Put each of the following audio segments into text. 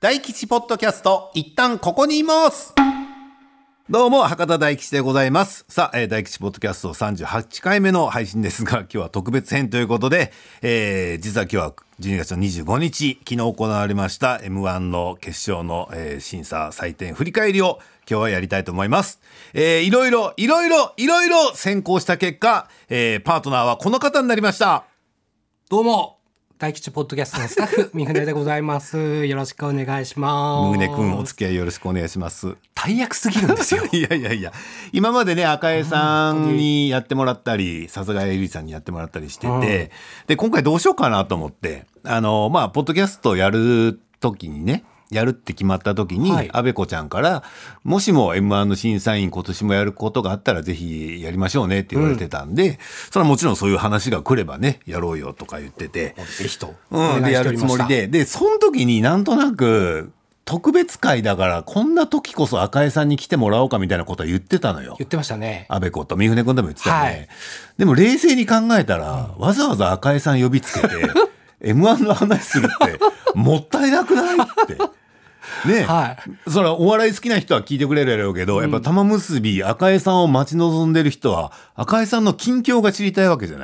大吉ポッドキャスト、一旦ここにいます。どうも博多大吉でございます。さあ、大吉ポッドキャスト38回目の配信ですが、今日は特別編ということで、実は今日は12月の25日昨日行われました M1 の決勝の、審査採点振り返りを今日はやりたいと思います。いろいろ選考した結果、パートナーはこの方になりました。 どうも大吉ポッドキャストのスタッフ三船でございます。よろしくお願いします。 三船くんお付き合いよろしくお願いします。 大役すぎるんですよいや今までね赤江さんにやってもらったり笹ヶ谷由里さんにやってもらったりしてて、で今回どうしようかなと思ってポッドキャストやる時にねやるって決まった時に、安倍子ちゃんからもしも M1 の審査員今年もやることがあったらぜひやりましょうねって言われてたんで、それはもちろんそういう話が来ればねやろうよとか言ってて、 ぜひと、 でやるつもりでその時になんとなく特別会だからこんな時こそ赤江さんに来てもらおうかみたいなことは言ってたのよ。 言ってましたね。 安倍子と三船君でも言ってたよね、でも冷静に考えたら、わざわざ赤江さん呼びつけてM1 の話するってもったいなくないってね、それはお笑い好きな人は聞いてくれるやろうけど、やっぱ玉結び赤江さんを待ち望んでる人は赤江さんの近況が知りたいわけじゃない、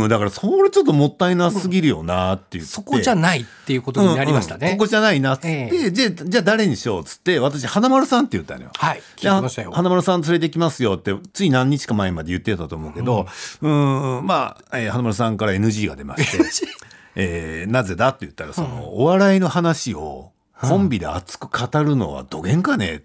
だからそれちょっともったいなすぎるよなって言って、 そこじゃないっていうことになりましたね、 ここじゃないなっつって、じゃあ誰にしようっつって私花丸さんって言ったのよ。 聞いてましたよ。 花丸さん連れてきますよってつい何日か前まで言ってたと思うけど、花丸さんから NG が出ましてなぜだって言ったらお笑いの話をコンビで熱く語るのはどげんかねって、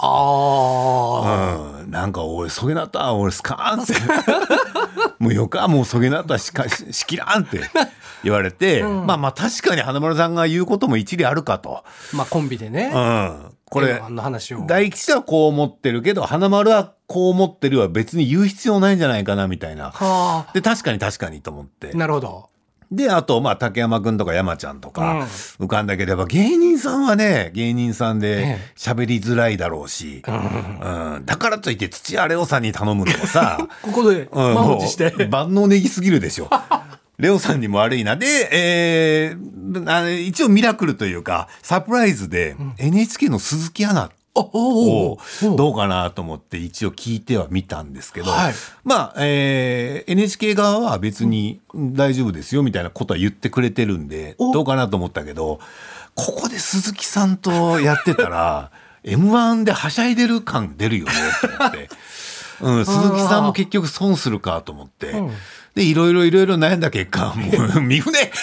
なんか俺そげなった俺スカーンってもうよかもうそげなったしきらんって言われて、確かに花丸さんが言うことも一理あるかと、 コンビでね、 これ話を大吉はこう思ってるけど花丸はこう思ってるは別に言う必要ないんじゃないかなみたいな、で確かにと思って、 なるほど。 であと竹山くんとか山ちゃんとか浮かんだければ、芸人さんはね芸人さんで喋りづらいだろうし、だからといって土屋レオさんに頼むのもさここで満を持して万能ネギすぎるでしょレオさんにも悪いな。で、一応ミラクルというかサプライズで NHK の鈴木アナどうかなと思って一応聞いてはみたんですけど、NHK 側は別に大丈夫ですよみたいなことは言ってくれてるんでどうかなと思ったけど、ここで鈴木さんとやってたらM1 ではしゃいでる感出るよねと思って鈴木さんも結局損するかと思って、でいろいろ悩んだ結果もう三船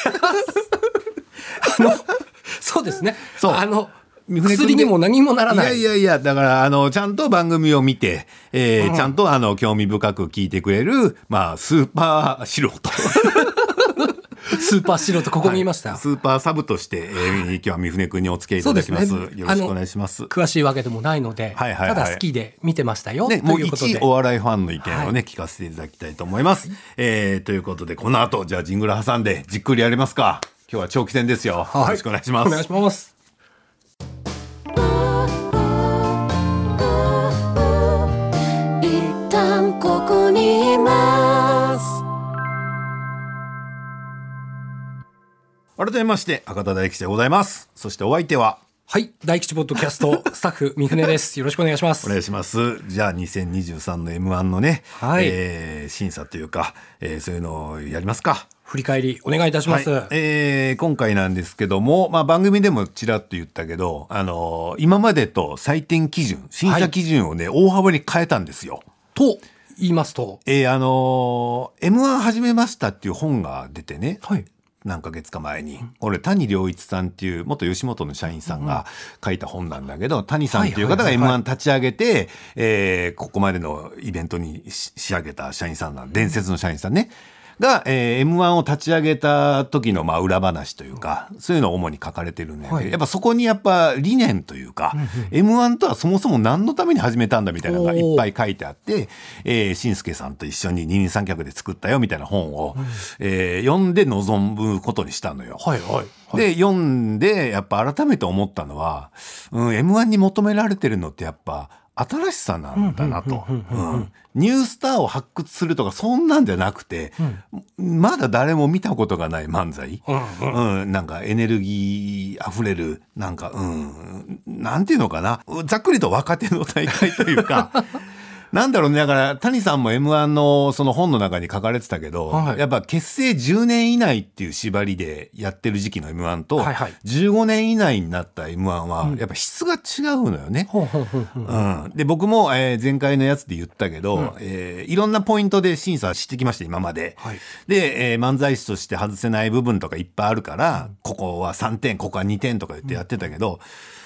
そうですね、 薬にも何もならない。 いやだからちゃんと番組を見て、ちゃんと興味深く聞いてくれるスーパー素人スーパー素人ここにいました、 スーパーサブとして、今日は三船君にお付き合いいただきます。よろしくお願いします。 詳しいわけでもないので、ただ好きで見てましたよ、ということでもう一お笑いファンの意見をね、聞かせていただきたいと思います、ということでこの後じゃあジングル挟んでじっくりやりますか。今日は長期戦ですよ、よろしくお願いします。 お願いします。 ここにいます。 改めまして博多大吉でございます。そしてお相手は大吉ポッドキャストスタッフ三船です。よろしくお願いします。 お願いします。じゃあ2023の M1 のね、審査というか、そういうのをやりますか。 振り返りお願いいたします。 今回なんですけども、番組でもちらっと言ったけど、今までと採点基準審査基準をね、大幅に変えたんですよ。 と言いますと、 M1 始めましたっていう本が出てね、何ヶ月か前に、これ谷良一さんっていう元吉本の社員さんが書いた本なんだけど、谷さんっていう方が M1 立ち上げて、ここまでのイベントに仕上げた社員さんなん伝説の社員さんねが、M1 を立ち上げた時の裏話というか、そういうのを主に書かれてるんだけど、やっぱそこにやっぱ理念というか、M1 とはそもそも何のために始めたんだみたいなのがいっぱい書いてあって、しんすけさんと一緒に二人三脚で作ったよみたいな本を、読んで臨むことにしたのよ。で読んでやっぱ改めて思ったのは、M1 に求められてるのってやっぱ新しさなんだなと。ニュースターを発掘するとかそんなんじゃなくて、まだ誰も見たことがない漫才、なんかエネルギーあふれるなんか、なんていうのかな、ざっくりと若手の大会というかなんだろうね、だから谷さんも M1 のその本の中に書かれてたけど、やっぱ結成10年以内っていう縛りでやってる時期の M1 と、15年以内になった M1 はやっぱ質が違うのよね。で僕も前回のやつで言ったけど、いろんなポイントで審査してきました今まで。で、漫才師として外せない部分とかいっぱいあるから、ここは3点ここは2点とか言ってやってたけど、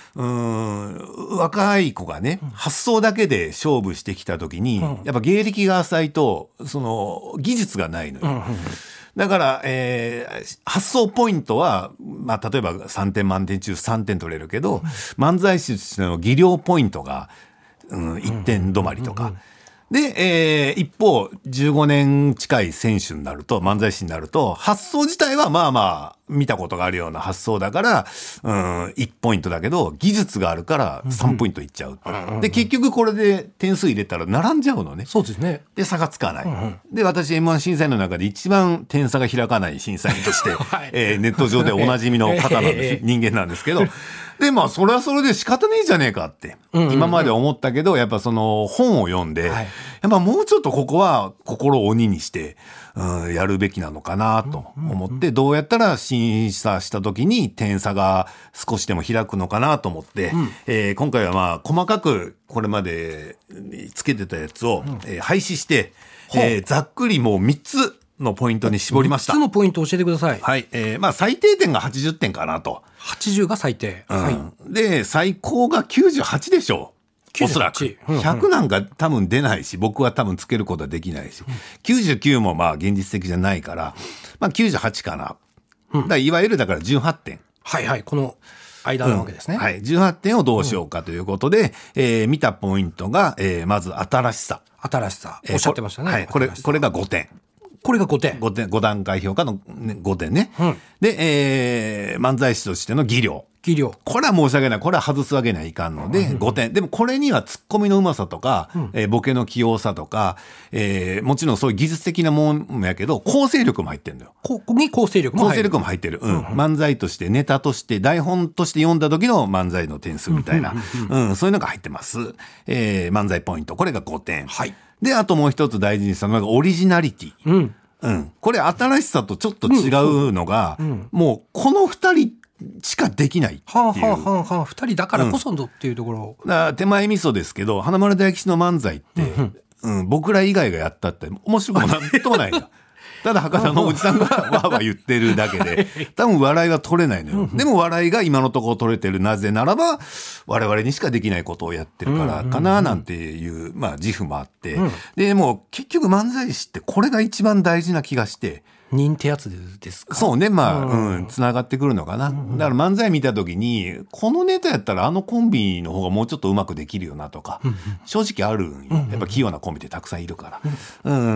若い子がね、発想だけで勝負してきた時に、やっぱ芸歴が浅いとその技術がないのよ。だから、発想ポイントは、まあ、例えば3点満点中3点取れるけど、漫才師としての技量ポイントが、1点止まりとか。で、一方15年近い選手になると、漫才師になると発想自体はまあまあ見たことがあるような発想だから、1ポイントだけど技術があるから3ポイントいっちゃう。で結局これで点数入れたら並んじゃうのね。 そうですね。で差がつかない。で私 M1 審査員の中で一番点差が開かない審査員として、ネット上でおなじみの方なんです、人間なんですけど。でまあそれはそれで仕方ねえじゃねえかって今まで思ったけど、やっぱその本を読んで、やっぱもうちょっとここは心を鬼にして、やるべきなのかなと思って、どうやったら審査した時に点差が少しでも開くのかなと思って、今回はまあ細かくこれまでつけてたやつを、廃止して、ざっくりもう3つのポイントに絞りました。 3つのポイント教えてください。 はい、まあ最低点が80点かなと。 80が最低。 で最高が98でしょう。おそらく100なんか多分出ないし、僕は多分つけることはできないし、99もまあ現実的じゃないから、まあ98かな。だからいわゆるだから18点。 この間なわけですね。 18点をどうしようかということで、見たポイントが、まず新しさ。 おっしゃってましたね。 これが5点。 これが5点。 5段階評価の5点ね。で、漫才師としての技量。これは申し訳ない。これは外すわけにはいかんので、5点。でもこれにはツッコミのうまさとか、ボケの器用さとか、もちろんそういう技術的なもんもやけど、構成力も入ってるんだよ。 ここに構成力も入ってる。漫才として、ネタとして、台本として読んだ時の漫才の点数みたいな、そういうのが入ってます。漫才ポイント。これが5点。で、あともう一つ大事にしたのがオリジナリティ。これ新しさとちょっと違うのが、もうこの2人しかできないっていう。 2人だからこそのっていうところ。 だから手前味噌ですけど、華丸大吉の漫才って、僕ら以外がやったって面白くもなんともないんだ。ただ博多のおじさんがわーわー言ってるだけで、多分笑いは取れないのよ。でも笑いが今のところ取れてる。なぜならば我々にしかできないことをやってるからかななんていう、まあ自負もあって、でもう結局漫才師ってこれが一番大事な気がして。 人ってやつですか。 そうね、まあ、つながってくるのかな。だから漫才見た時に、このネタやったらあのコンビの方がもうちょっとうまくできるよなとか、正直あるんよ。やっぱ器用なコンビってたくさんいるから。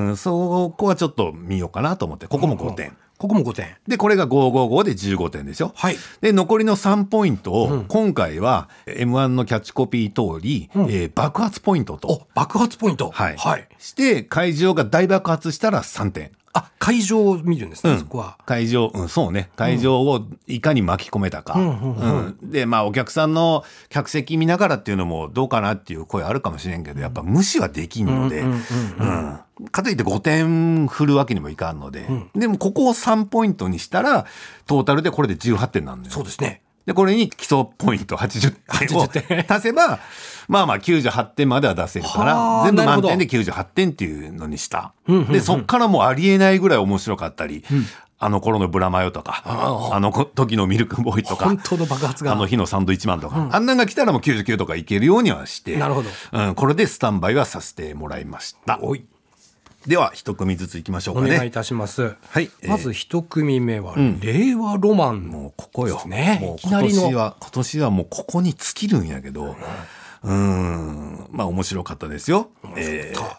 そこはちょっと見ようかなと思って、ここも5点。 ここも5点。 で、これが555で15点でしょ。で、残りの3ポイントを、今回は M1 のキャッチコピー通り、爆発ポイントと。 爆発ポイント。 して、会場が大爆発したら3点。 会場を見るんですね、そこは。 会場、そうね。会場をいかに巻き込めたか。で、まあ、お客さんの客席見ながらっていうのもどうかなっていう声あるかもしれんけど、やっぱ無視はできんので、かといって5点振るわけにもいかんので、でもここを3ポイントにしたら、トータルでこれで18点なんだよ。 そうですね。 で、これに基礎ポイント80点を足せば、まあまあ98点までは出せるから、全部満点で98点っていうのにした。で、そっからもうありえないぐらい面白かったり、あの頃のブラマヨとか、あの時のミルクボーイとか、 本当の爆発が。 あの日のサンドイッチマンとか、あんなんが来たらもう99とかいけるようにはして、 なるほど。 これでスタンバイはさせてもらいました。では一組ずついきましょうかね。 お願いいたします。まず一組目は、令和ロマン。 もうここよ。 ね。 今年はもうここに尽きるんやけど、まあ面白かったですよ。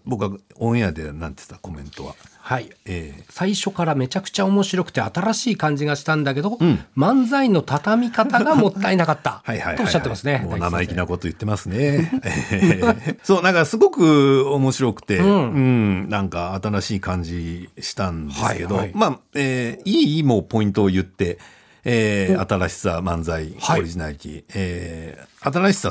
僕はオンエアでなんて言ったコメントは、 はい、最初からめちゃくちゃ面白くて新しい感じがしたんだけど、漫才の畳み方がもったいなかったとおっしゃってますね。 もう生意気なこと言ってますね。そう、なんかすごく面白くて、なんか新しい感じしたんですけど、まあ、いいもうポイントを言って、新しさ漫才オリジナリティ、新しさ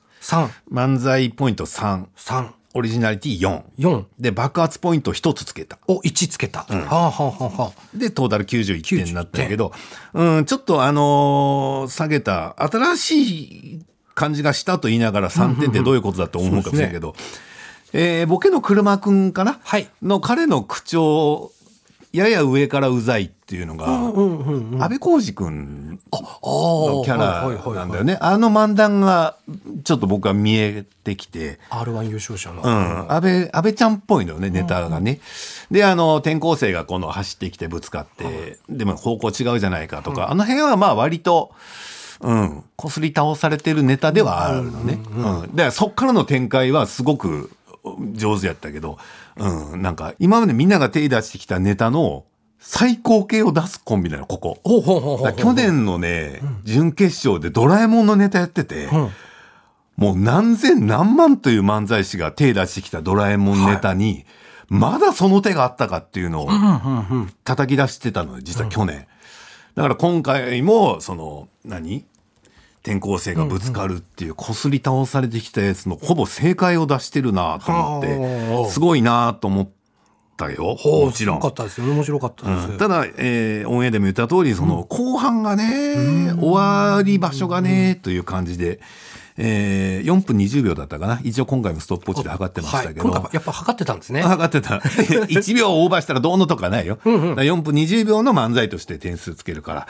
3、漫才ポイント3、オリジナリティ4で爆発ポイント1つつけた。 1つけた。 でトータル91点になったけど、ちょっと下げた新しい感じがしたと言いながら3点ってどういうことだと思うかもしれないけど、ボケの車くんかな、の彼の口調やや上からうざいっていうのが、安部浩二くんのキャラなんだよね。漫談がちょっと僕は見えてきて、 R1 優勝者の、 安倍ちゃんっぽいのよね、ネタがね。で転校生が今度走ってきてぶつかって、でも方向違うじゃないかとか、あの辺はまあ割とこすり倒されてるネタではあるのね。だからそっからの展開はすごく上手やったけど、なんか今までみんなが手出してきたネタの最高形を出すコンビなの、ここ。去年のね、準決勝でドラえもんのネタやってて、もう何千何万という漫才師が手出してきたドラえもんネタに、まだその手があったかっていうのを叩き出してたのよ、実は去年。だから今回も転校生がぶつかるっていうこすり倒されてきたやつのほぼ正解を出してるなと思ってすごいなと思ったよ。もちろん面白かったですよね。面白かったです、 ただ、オンエアでも言った通りその後半がね、終わり場所がねという感じで、4分20秒だったかな。一応今回もストップウォッチで測ってましたけど、 今回やっぱ測ってたんですね。 測ってた。1秒オーバーしたらどうのとかないよ。4分20秒の漫才として点数つけるから。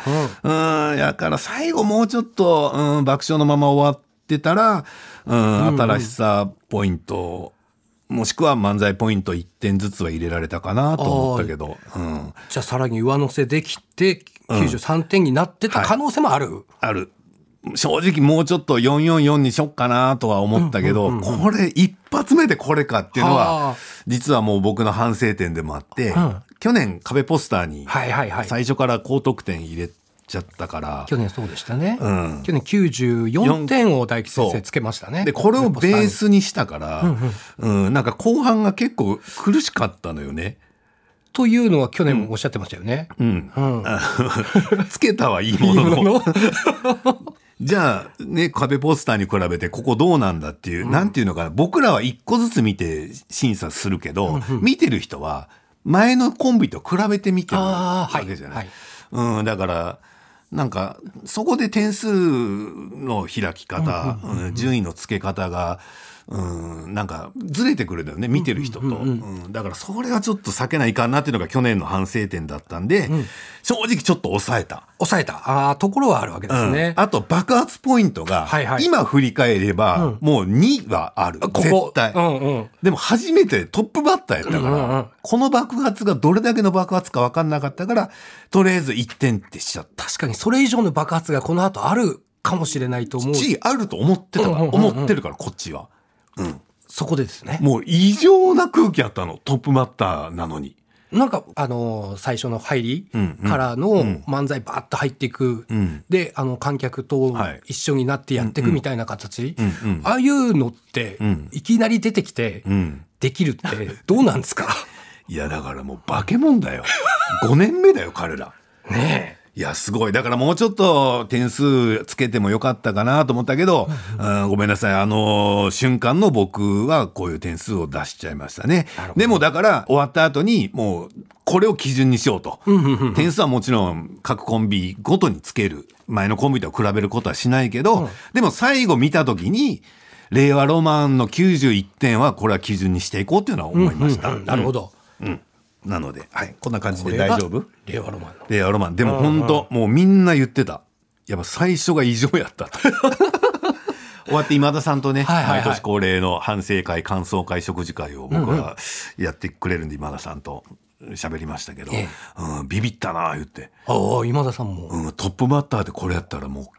やから最後もうちょっと、爆笑のまま終わってたら、新しさポイント、もしくは漫才ポイント1点ずつは入れられたかなと思ったけど。 じゃあさらに上乗せできて93点になってた可能性もある。 ある。正直もうちょっと444にしよっかなとは思ったけど、これ一発目でこれかっていうのは実はもう僕の反省点でもあって、去年壁ポスターに最初から高得点入れちゃったから、 去年そうでしたね、去年94点を大吉先生つけましたね。 でこれをベースにしたから、なんか後半が結構苦しかったのよね。 というのは去年もおっしゃってましたよね。 つけたはいいもののじゃあね、壁ポスターに比べてここどうなんだっていう、なんていうのかな、僕らは一個ずつ見て審査するけど、見てる人は前のコンビと比べてみてるわけじゃない。だからなんかそこで点数の開き方、順位の付け方がなんかずれてくるんだよね、見てる人と。だからそれはちょっと避けないかんなっていうのが去年の反省点だったんで、正直ちょっと抑えたところはあるわけですね。 あと爆発ポイントが、今振り返ればもう2はある、絶対。でも初めてトップバッターやったから、この爆発がどれだけの爆発か分かんなかったから、とりあえず1点ってしちゃった。 確かにそれ以上の爆発がこの後あるかもしれないと思う。 あると思ってたから、思ってるからこっちは。 そこでですね、 もう異常な空気あったの、トップバッターなのに。 なんか最初の入りからの漫才バーッと入っていく、で観客と一緒になってやっていくみたいな形、ああいうのっていきなり出てきてできるってどうなんですか？ いやだからもう化け物だよ5年目だよ彼らねえ。 いやすごい。だからもうちょっと点数つけてもよかったかなと思ったけど、ごめんなさい、瞬間の僕はこういう点数を出しちゃいましたね。でもだから終わった後にもうこれを基準にしようと、点数はもちろん各コンビごとにつける、前のコンビと比べることはしないけど、でも最後見た時に令和ロマンの91点はこれは基準にしていこうっていうのは思いました。 なるほど。 なので、こんな感じで大丈夫？ 令和ロマン。 令和ロマン。でも本当、もうみんな言ってた。やっぱ最初が異常やったと。終わって今田さんとね、毎年恒例の反省会、感想会、食事会を僕はやってくれるんで、今田さんと喋りましたけど、ビビったな言って。 今田さんも、 トップバッターでこれやったらもう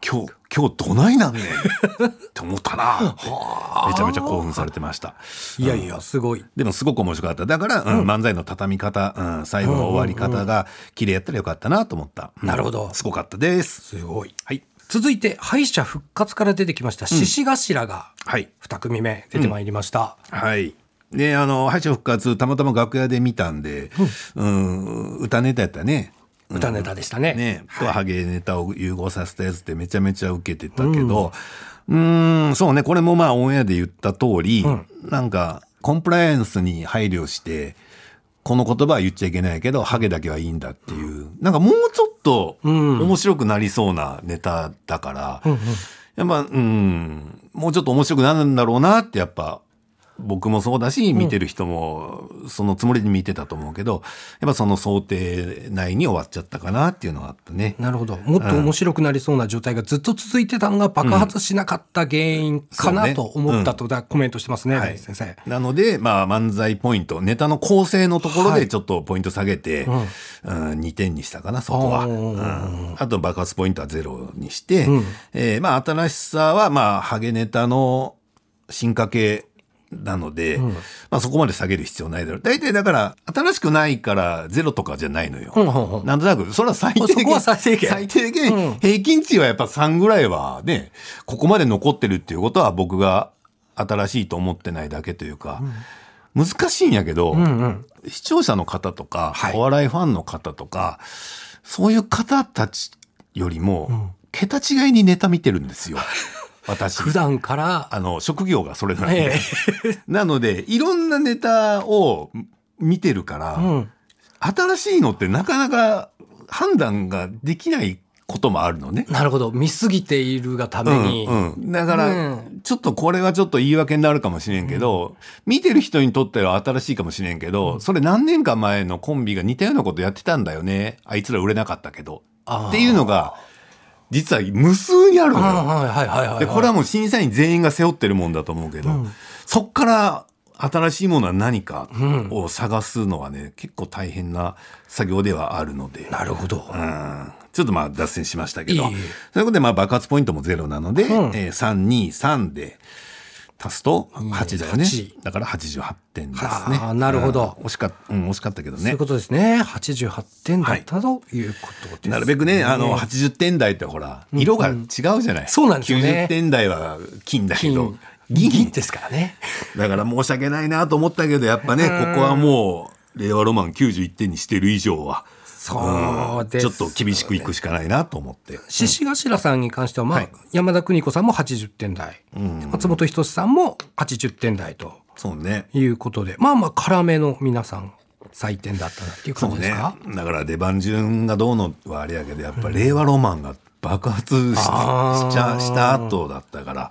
今日どないなんねんって思ったなってめちゃめちゃ興奮されてました。 いやいやすごい。 でもすごく面白かった。だから、漫才の畳み方、最後の終わり方が綺麗やったらよかったなと思った。 なるほど。 すごかったです。 すごい。 はい。 続いて敗者復活から出てきました獅子頭が2組目出てまいりました。 はい。で敗者復活たまたま楽屋で見たんで、歌ネタやったね。 歌ネタでしたね。 とハゲネタを融合させたやつってめちゃめちゃ受けてたけど、そうね、これもまあオンエアで言った通り、なんかコンプライアンスに配慮してこの言葉は言っちゃいけないけどハゲだけはいいんだっていう、なんかもうちょっと面白くなりそうなネタだから、やっぱもうちょっと面白くなるんだろうなってやっぱ僕もそうだし見てる人もそのつもりで見てたと思うけど、やっぱその想定内に終わっちゃったかなっていうのがあったね。 なるほど。もっと面白くなりそうな状態がずっと続いてたのが爆発しなかった原因かなと思ったとコメントしてますね、はい、先生。 なので、まあ、漫才ポイントネタの構成のところでちょっとポイント下げて、2点にしたかなそこは。あと爆発ポイントは0にして、まあ、新しさは、まあ、ハゲネタの進化系なので、まあ、そこまで下げる必要ないだろう。大体だから新しくないからゼロとかじゃないのよ。なんとなくそれは最低限最低限、平均値はやっぱ3ぐらいはねここまで残ってるっていうことは僕が新しいと思ってないだけというか、難しいんやけど、視聴者の方とか、お笑いファンの方とかそういう方たちよりも、桁違いにネタ見てるんですよ。私普段から職業がそれなんで、なのでいろんなネタを見てるから、新しいのってなかなか判断ができないこともあるのね。 なるほど。見すぎているがために、 だから、ちょっとこれはちょっと言い訳になるかもしれんけど、見てる人にとっては新しいかもしれんけど、それ何年か前のコンビが似たようなことやってたんだよね、あいつら売れなかったけどっていうのが実は無数にあるのよ。でこれはもう審査員全員が背負ってるもんだと思うけど、そっから新しいものは何かを探すのはね、結構大変な作業ではあるので。 なるほど。 ちょっとまあ脱線しましたけど、そういうことでまあ爆発ポイントも0なので、323で足すと8だよね。だから88点ですね。 なるほど。 惜しかったけどね。 そういうことですね。88点だったということです。 なるべくね、80点台ってほら色が違うじゃない。 そうなんですよね。 90点台は金だけど銀ですからね。 だから申し訳ないなと思ったけど、やっぱね、ここはもう令和ロマン91点にしてる以上はそうです、 ちょっと厳しくいくしかないなと思って。 獅子頭さんに関しては、山田邦子さんも80点台、松本人志さんも80点台ということで、まあまあ辛めの皆さん採点だったなっていう感じですか。 そうね、だから出番順がどうのはあれやけど、やっぱ令和ロマンが爆発した後だったから、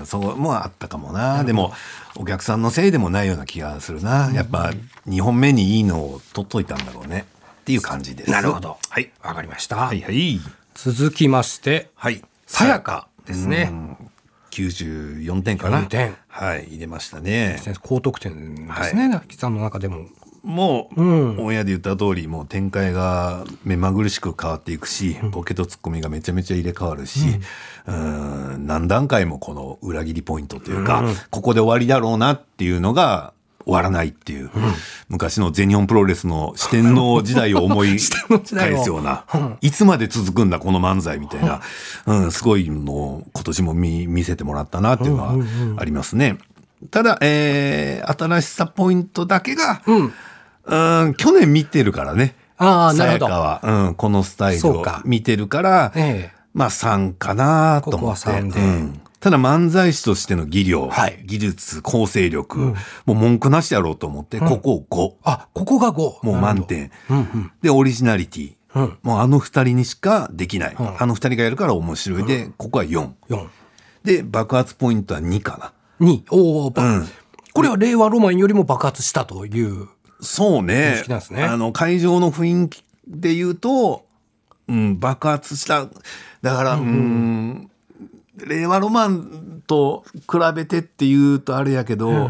そこもあったかもな。でもお客さんのせいでもないような気がするな。やっぱ2本目にいいのを取っといたんだろうねっていう感じです。 なるほど。 はい、 わかりました。 はいはい。 続きまして、さやかですね。 94点かな。 94点。 はい、入れましたね。 高得点ですね。中木さんの中でも。 もう、オンエアで言った通り、もう展開が目まぐるしく変わっていくし、ボケとツッコミがめちゃめちゃ入れ替わるし、何段階もこの裏切りポイントというか、ここで終わりだろうなっていうのが終わらないっていう、昔の全日本プロレスの四天王時代を思い返すような、いつまで続くんだこの漫才みたいな、すごいのを今年も見せてもらったなっていうのはありますね。ただ、新しさポイントだけが、去年見てるからね。さやかは、このスタイルを見てるから、まあ3かなと思って。ここは3で。ただ漫才師としての技量、技術、構成力、もう文句なしやろうと思って、ここを5。 あ、ここが5。 もう満点。で、オリジナリティ。もうあの2人にしかできない。あの2人がやるから面白いで、ここは4。で、爆発ポイントは2かな。2。おー、これは令和ロマンよりも爆発したという。 そうね。会場の雰囲気で言うと、爆発した。だから、令和ロマンと比べてって言うとあれやけど、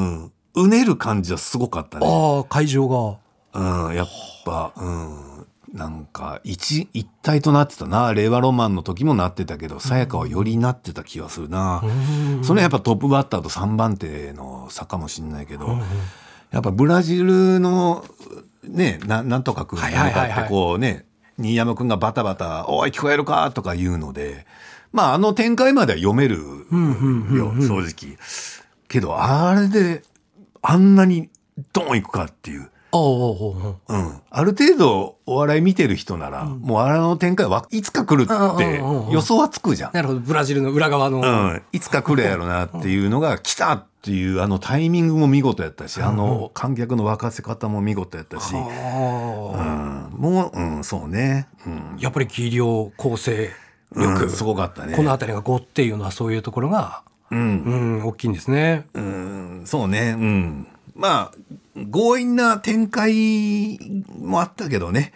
うねる感じはすごかったね。 会場が。 やっぱ、 なんか一体となってたな。令和ロマンの時もなってたけど、さやかはよりなってた気がするな。それやっぱトップバッターと3番手の差かもしれないけど、やっぱブラジルのね、なんとかくんが向かってこうね、新山くんがバタバタ、おい聞こえるかとか言うので、まあ展開までは読めるよ、正直。けどあれであんなにドンいくかっていう。ある程度お笑い見てる人なら、もうあの展開はいつか来るって予想はつくじゃん。 なるほど、ブラジルの裏側の、 いつか来るやろなっていうのが来たっていうタイミングも見事やったし、観客の沸かせ方も見事やったし、もう、そうね、 やっぱり技量構成力、 すごかったね。 この辺りが5っていうのはそういうところが、大きいんですね。 そうね、まあ強引な展開もあったけどね。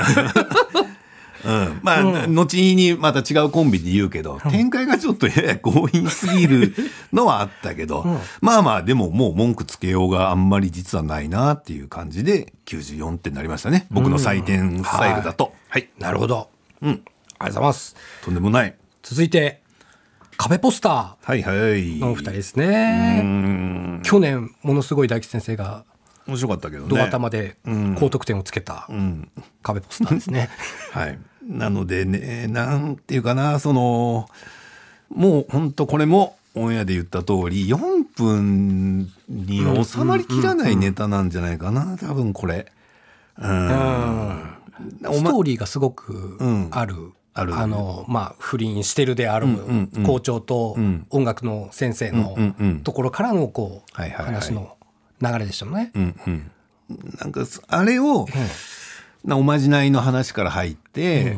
まあ、後にまた違うコンビで言うけど、展開がちょっとやや強引すぎるのはあったけど、まあまあでももう文句つけようがあんまり実はないなっていう感じで94点になりましたね。僕の採点スタイルだと。はい。 なるほど。ありがとうございます。 とんでもない。 続いて壁ポスターのお二人ですね。去年ものすごい大吉先生が面白かったけどね、 ド頭で高得点をつけた壁ポスターですね。 はい。なのでね、なんていうかな、もう本当これもオンエアで言った通り4分に収まりきらないネタなんじゃないかな、多分これ。ストーリーがすごくある。まあ、不倫してるである校長と音楽の先生のところからのこう話の流れでしたもんね。 なんかあれをおまじないの話から入って、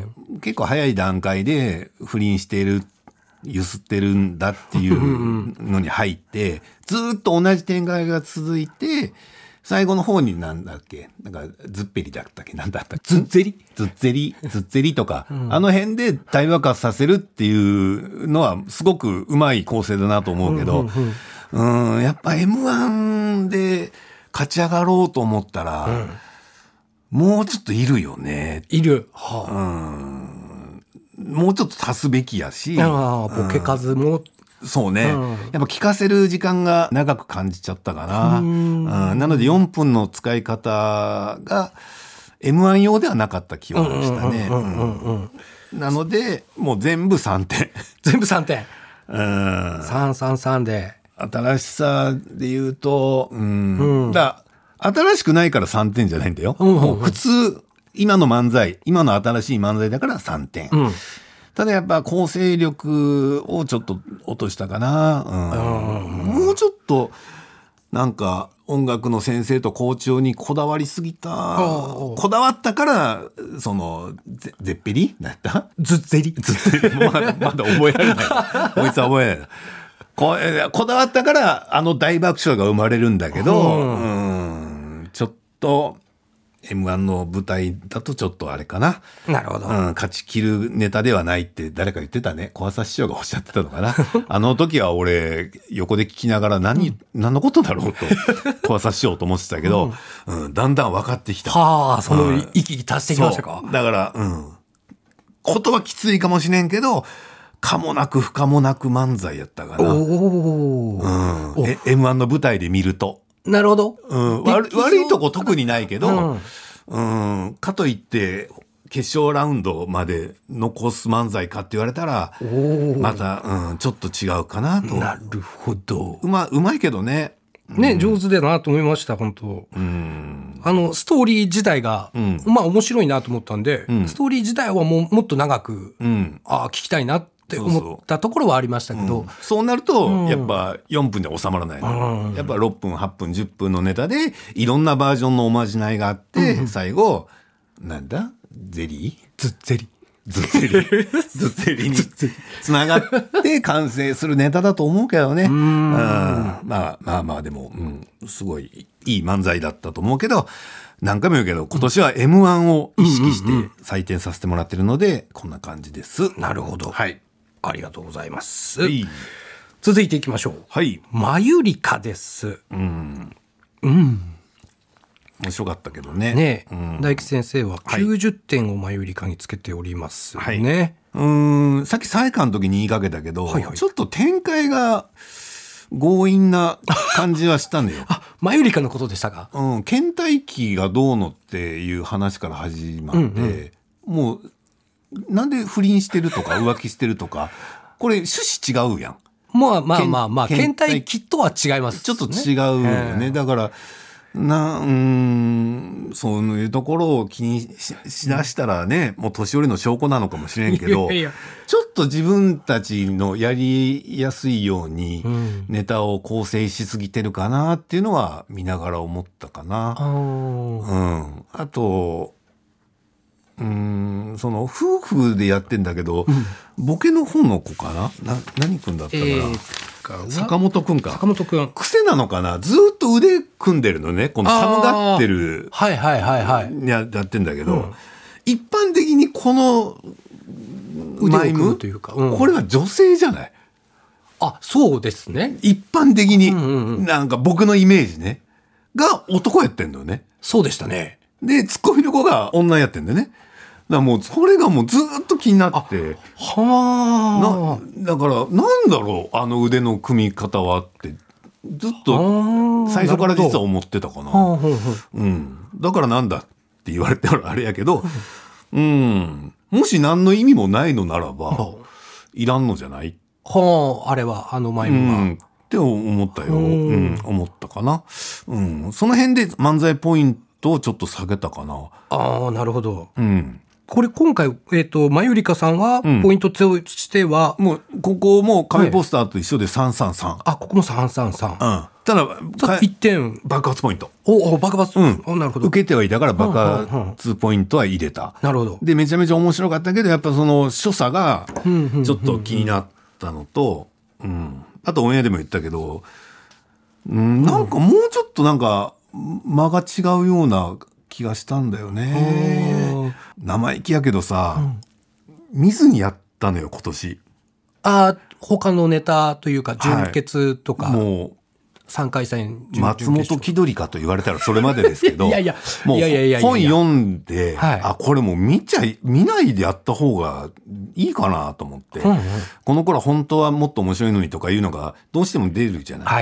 結構早い段階で不倫しているゆすってるんだっていうのに入ってずっと同じ展開が続いて、最後の方になんだっけ、なんかズッペリだったっけ、なんだったっけ、 ズッゼリとか、あの辺で大爆発させるっていうのはすごくうまい構成だなと思うけど、やっぱ M1 で勝ち上がろうと思ったら、もうちょっといるよね。 いる。 もうちょっと足すべきやし、 ボケ数も。 そうね、やっぱ聞かせる時間が長く感じちゃったかな。なので4分の使い方が M1 用ではなかった気がしたね。なのでもう全部3点。 全部3点。333で。 新しさで言うと、だ新しくないから3点じゃないんだよ。もう普通、今の新しい漫才だから3点。ただやっぱ構成力をちょっと落としたかな。もうちょっとなんか音楽の先生と校長にこだわりすぎた。こだわったからゼッペリなんだ？ ズッゼリ。 まだ覚えられない。こいつは覚えられない。こだわったから大爆笑が生まれるんだけど、ちょっと。M1 の舞台だとちょっとあれかな。 なるほど。 勝ち切るネタではないって誰か言ってたね。小朝師匠がおっしゃってたのかな。あの時は俺横で聞きながら何のことだろうと小朝師匠と思ってたけど、だんだん分かってきた。 その域に達してきましたか。 だからことはきついかもしれんけど、可もなく不可もなく漫才やったかな。M1 の舞台で見ると。 なるほど。 悪いとこ特にないけど、かといって決勝ラウンドまで残す漫才かって言われたらまた、ちょっと違うかなと。 なるほど。 うまいけどね。 上手だなと思いました本当。ストーリー自体が、まあ面白いなと思ったんで、ストーリー自体はもっと長く、聞きたいなって思ったところはありましたけど、 そうなるとやっぱ4分で収まらないの、やっぱ6分8分10分のネタでいろんなバージョンのおまじないがあって、最後なんだズッゼリにつながって完成するネタだと思うけどね。まあでも、すごいいい漫才だったと思うけど、何回も言うけど今年は M1 を意識して採点させてもらってるのでこんな感じです。 なるほど。 はい。 ありがとうございます。続いていきましょう。 はい。 マユリカです。 面白かったけどね。 ね、大吉先生は90点をマユリカにつけておりますね。 はい、さっきサイカの時に言いかけたけど、はいはい、ちょっと展開が強引な感じはしたのよ。 あ、マユリカのことでしたか。 倦怠期がどうのっていう話から始まって、もうなんで不倫してるとか浮気してるとかこれ趣旨違うやん。 まあ倦怠期とは違います、ね、 ちょっと違うよね。だからそういうところを気に しだしたらね、もう年寄りの証拠なのかもしれんけど、ちょっと自分たちのやりやすいようにネタを構成しすぎてるかなっていうのは見ながら思ったかな。あとその夫婦でやってんだけど、ボケの方の子かな、何君だったかな、坂本君か。 坂本君癖なのかな、ずっと腕組んでるのね、この寒がってるやってんだけど、一般的にこの腕を組むというか、 これは女性じゃない。 あ、そうですね。 一般的に、なんか僕のイメージねが男やってんのよね。 そうでしたね。 でツッコミの子が女やってんだよね。だからもうそれがもうずっと気になって、だからなんだろうあの腕の組み方はってずっと最初から実は思ってたかな。だからなんだって言われてあれやけど、もし何の意味もないのならばいらんのじゃない、 あれは前もって思ったよ。思ったかな。その辺で漫才ポイントをちょっと下げたかな。 なるほど。これ今回、マユリカさんはポイントとしては、 もうここも紙ポスターと一緒で333。 ここも333。 ただ 1点爆発ポイント。 爆発。なるほど。 受けてはいたから爆発ポイントは入れた。 なるほど。 でめちゃめちゃ面白かったけど、やっぱその所作がちょっと気になったのと、あとオンエアでも言ったけど、なんかもうちょっとなんか間が違うような気がしたんだよね。生意気やけどさ、見ずにやったのよ今年。 他のネタというか準決とか、もう3回戦松本気取りかと言われたらそれまでですけど、もう本読んで、これもう見ないでやった方がいいかなと思って、この頃本当はもっと面白いのにとかいうのがどうしても出るじゃない。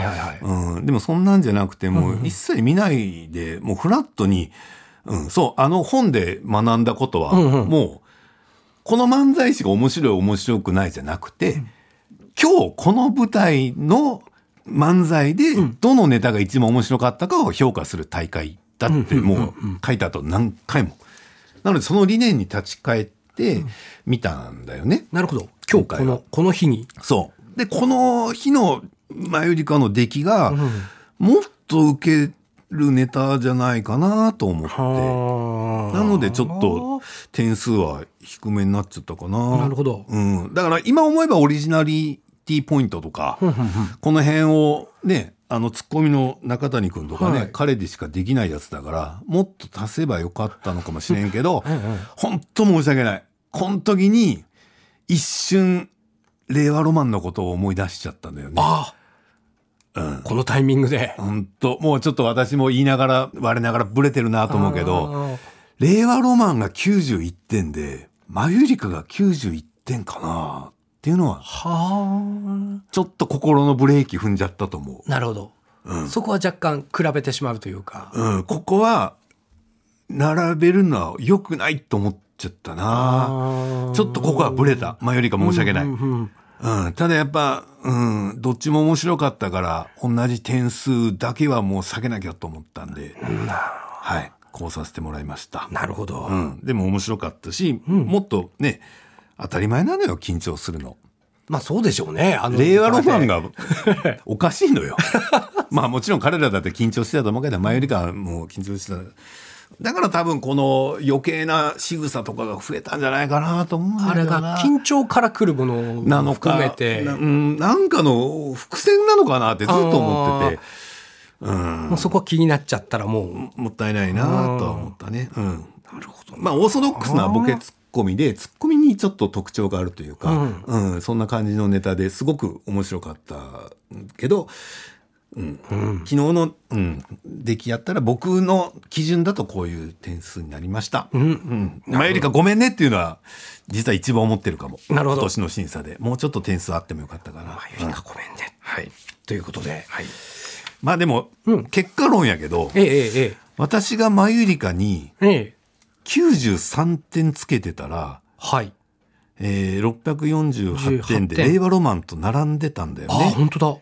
でもそんなんじゃなくて、もう一切見ないでもうフラットに、そう本で学んだことは、もうこの漫才師が面白い面白くないじゃなくて、今日この舞台の漫才でどのネタが一番面白かったかを評価する大会だってもう書いた後何回も。なのでその理念に立ち返ってみたんだよね。 なるほど。今日この日に。 そうでこの日のマユリカの出来がもっと受けるネタじゃないかなと思って、なのでちょっと点数は低めになっちゃったかな。 なるほど。 だから今思えばオリジナリティポイントとかこの辺をね、ツッコミの中谷君とかね、彼でしかできないやつだからもっと足せばよかったのかもしれんけど、本当申し訳ない。この時に一瞬令和ロマンのことを思い出しちゃったんだよね。 このタイミングで本当もうちょっと私も言いながら我ながらブレてるなと思うけど、令和ロマンが91点でマユリカが91点かなっていうのはちょっと心のブレーキ踏んじゃったと思う。 なるほど、そこは若干比べてしまうというか、 ここは並べるのは良くないと思っちゃったな。ちょっとここはブレた。マユリカ申し訳ない。ただやっぱ、どっちも面白かったから同じ点数だけはもう下げなきゃと思ったんで、こうさせてもらいました。 なるほど。 でも面白かったし、もっとね当たり前なのよ緊張するの。 まあそうでしょうね。 令和ロマンがおかしいのよ。まあもちろん彼らだって緊張してたと思うけど、前よりかはもう緊張してた。だから多分この余計な仕草とかが増えたんじゃないかなと思うんだけどな。 あれが緊張から来るものを含めてなんかの伏線なのかなってずっと思ってて、 もうそこは気になっちゃったらもったいないなとは思ったね。 なるほど。 まあオーソドックスなボケツッコミでツッコミにちょっと特徴があるというか、そんな感じのネタですごく面白かったけど、 昨日の、出来やったら僕の基準だとこういう点数になりました。前よりかごめんねっていうのは実は一番思ってるかも。 なるほど。 今年の審査でもうちょっと点数あってもよかったかな。 前よりかごめんね。はい。ということで、はい、 まあでも、結果論やけど、私がマユリカに93点つけてたら、 はい、 648点で令和ロマンと並んでたんだよね。 あ、本当だ。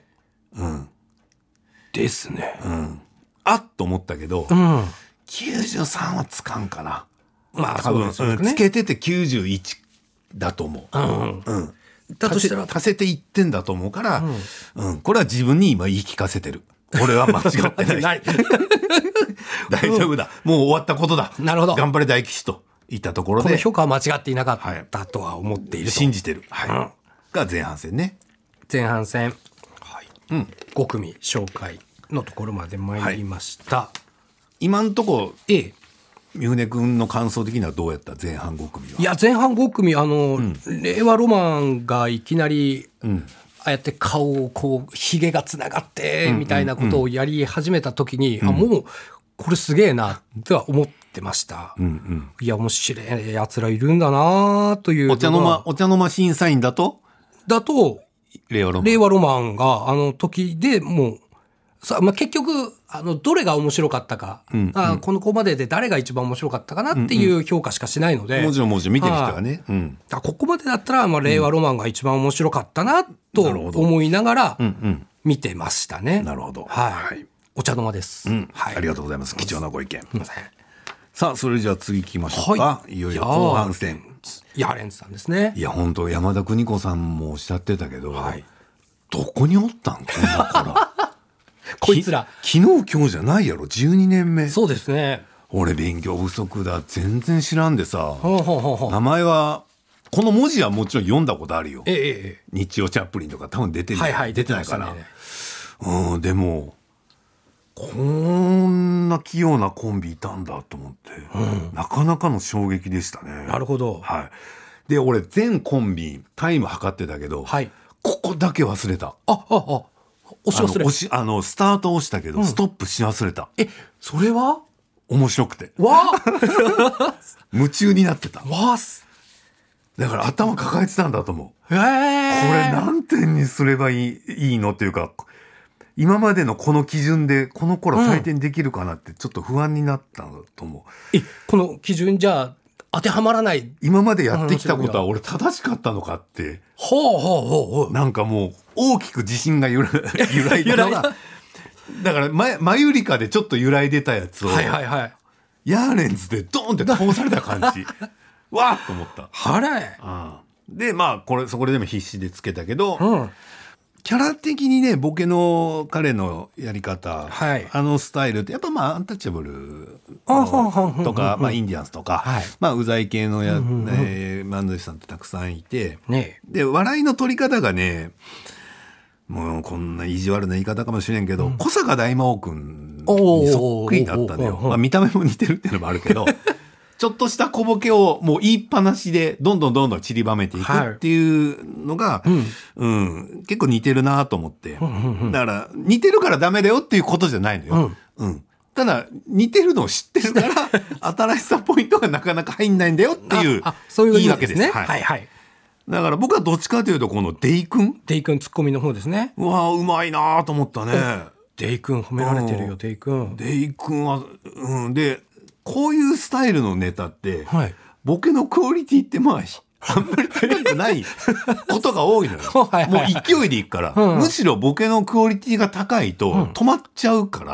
ですね。あっと思ったけど、93はつかんかな。 まあ多分そうですね。 つけてて91だと思う。だとしたら足せて1点だと思うから、これは自分に今言い聞かせてる。俺は間違ってない。大丈夫だ。もう終わったことだ。 なるほど。 頑張れ大吉と言ったところで。 この評価は間違っていなかったとは思っている。 信じてる。が前半戦ね。 前半戦。5組紹介のところまで参りました。 今んとこ、三船君の感想的にはどうやった前半5組は。 いや前半5組令和ロマンがいきなり、ああやって顔をこうひげがつながってみたいなことをやり始めた時に、もうこれすげえなとは思ってました。いや面白いやつらいるんだなという。 お茶の間審査員だと令和ロマンが時でもう結局どれが面白かったか、この子までで誰が一番面白かったかなっていう評価しかしないので、 もちろん見てる人はね、 ここまでだったら令和ロマンが一番面白かったなと思いながら見てましたね。 なるほど。 お茶の間です。 ありがとうございます。貴重なご意見。さあそれじゃあ次行きましょうか。いよいよ後半戦。 ヤーレンズさんですね。 いや本当山田邦子さんもおっしゃってたけど、どこにおったんこんなからこいつら昨日今日じゃないやろ。12年目。 そうですね。 俺勉強不足だ全然知らんでさ、名前はこの文字はもちろん読んだことあるよ。日曜チャップリンとか多分出てる、出てないかな、でもこんな器用なコンビいたんだと思って、なかなかの衝撃でしたね。 なるほど。 で俺全コンビタイム測ってたけど、ここだけ忘れた。 押し忘れ。 スタート押したけど、ストップし忘れた。 それは面白くて夢中になってた。だから頭抱えてたんだと思う。これ何点にすればいいのっていうか、今までのこの基準でこの頃採点できるかなってちょっと不安になったんだと思う。 この基準じゃ当てはまらない。 今までやってきたことは俺正しかったのかって。なんかもう大きく自信が揺らいだのがだからマユリカでちょっと揺らいでたやつを、ヤーレンズでドーンって通された感じわーっと思った。でまあそこでも必死でつけたけど、キャラ的にねボケの彼のやり方、スタイルってやっぱアンタッチャブルとか、インディアンスとか、うざい系の漫才師さんってたくさんいて、で笑いの取り方がね、もうこんな意地悪な言い方かもしれんけど、小坂大魔王くんにそっくりだったのよ。見た目も似てるっていうのもあるけどちょっとした小ボケをもう言いっぱなしでどんどん散りばめていくっていうのが、結構似てるなと思って、だから似てるからダメだよっていうことじゃないのよ。ただ似てるのを知ってるから新しさポイントがなかなか入んないんだよっていう言い訳です。だから僕はどっちかというとこのデイ君ツッコミの方ですね。 うわうまいなと思ったね。 デイ君褒められてるよ。デイ君はでこういうスタイルのネタって、ボケのクオリティってあんまり高くないことが多いのよ。もう勢いでいくから、むしろボケのクオリティが高いと止まっちゃうから、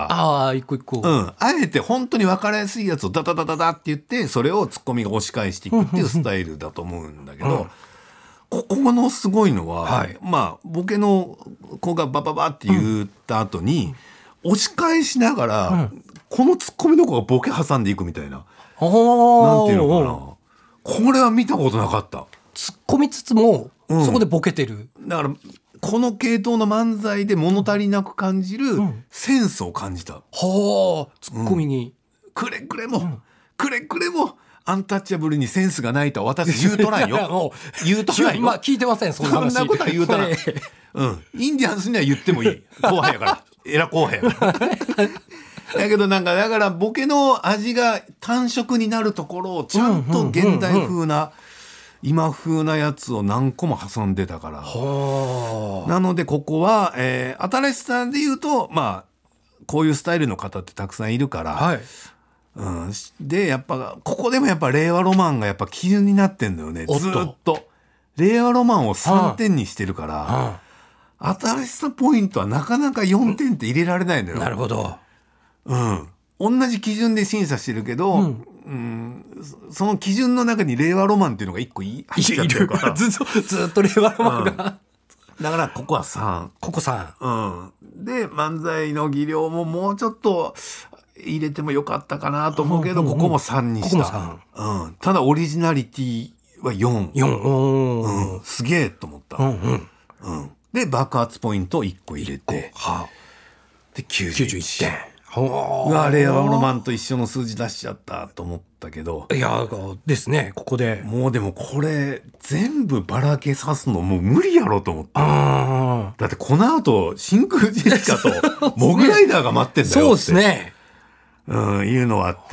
一個あえて本当に分かりやすいやつをダダダダダって言ってそれをツッコミが押し返していくっていうスタイルだと思うんだけど、ここのすごいのは、ボケの子がバババって言った後に、押し返しながら、このツッコミの子がボケ挟んでいくみたいな、なんていうのかな、これは見たことなかった。 突っ込みつつも、そこでボケてる。 だからこの系統の漫才で物足りなく感じるセンスを感じた。 ツッコミに、 くれくれもアンタッチャブルにセンスがないとは私言うとらんよ。言うとらんよ。 聞いてませんそんな話。 そんなことは言うとらん。インディアンスには言ってもいい。後輩やからえらこうへんだけどなんかだからボケの味が単色になるところをちゃんと現代風な今風なやつを何個も挟んでたから、なのでここは、新しさで言うとまあこういうスタイルの方ってたくさんいるから、 はい、 でやっぱここでもやっぱ令和ロマンがやっぱ基準になってんだよね。ずっと令和ロマンを3点にしてるから、新しさポイントはなかなか4点って入れられないのよ。 なるほど。 同じ基準で審査してるけど、その基準の中に令和ロマンっていうのが1個入っちゃってるからずっと令和ロマンが、 だからここは3。 ここ3。 で漫才の技量ももうちょっと入れてもよかったかなと思うけど、ここも3にした。ただオリジナリティは4。すげえと思った。で爆発ポイントを1個入れて、で91点。令和ロマンと一緒の数字出しちゃったと思ったけど、 いやですね、ここでもうでもこれ全部ばらけさすのもう無理やろと思って。だってこの後真空ジェシカとモグライダーが待ってんだよって、そうですね、いうのはあって、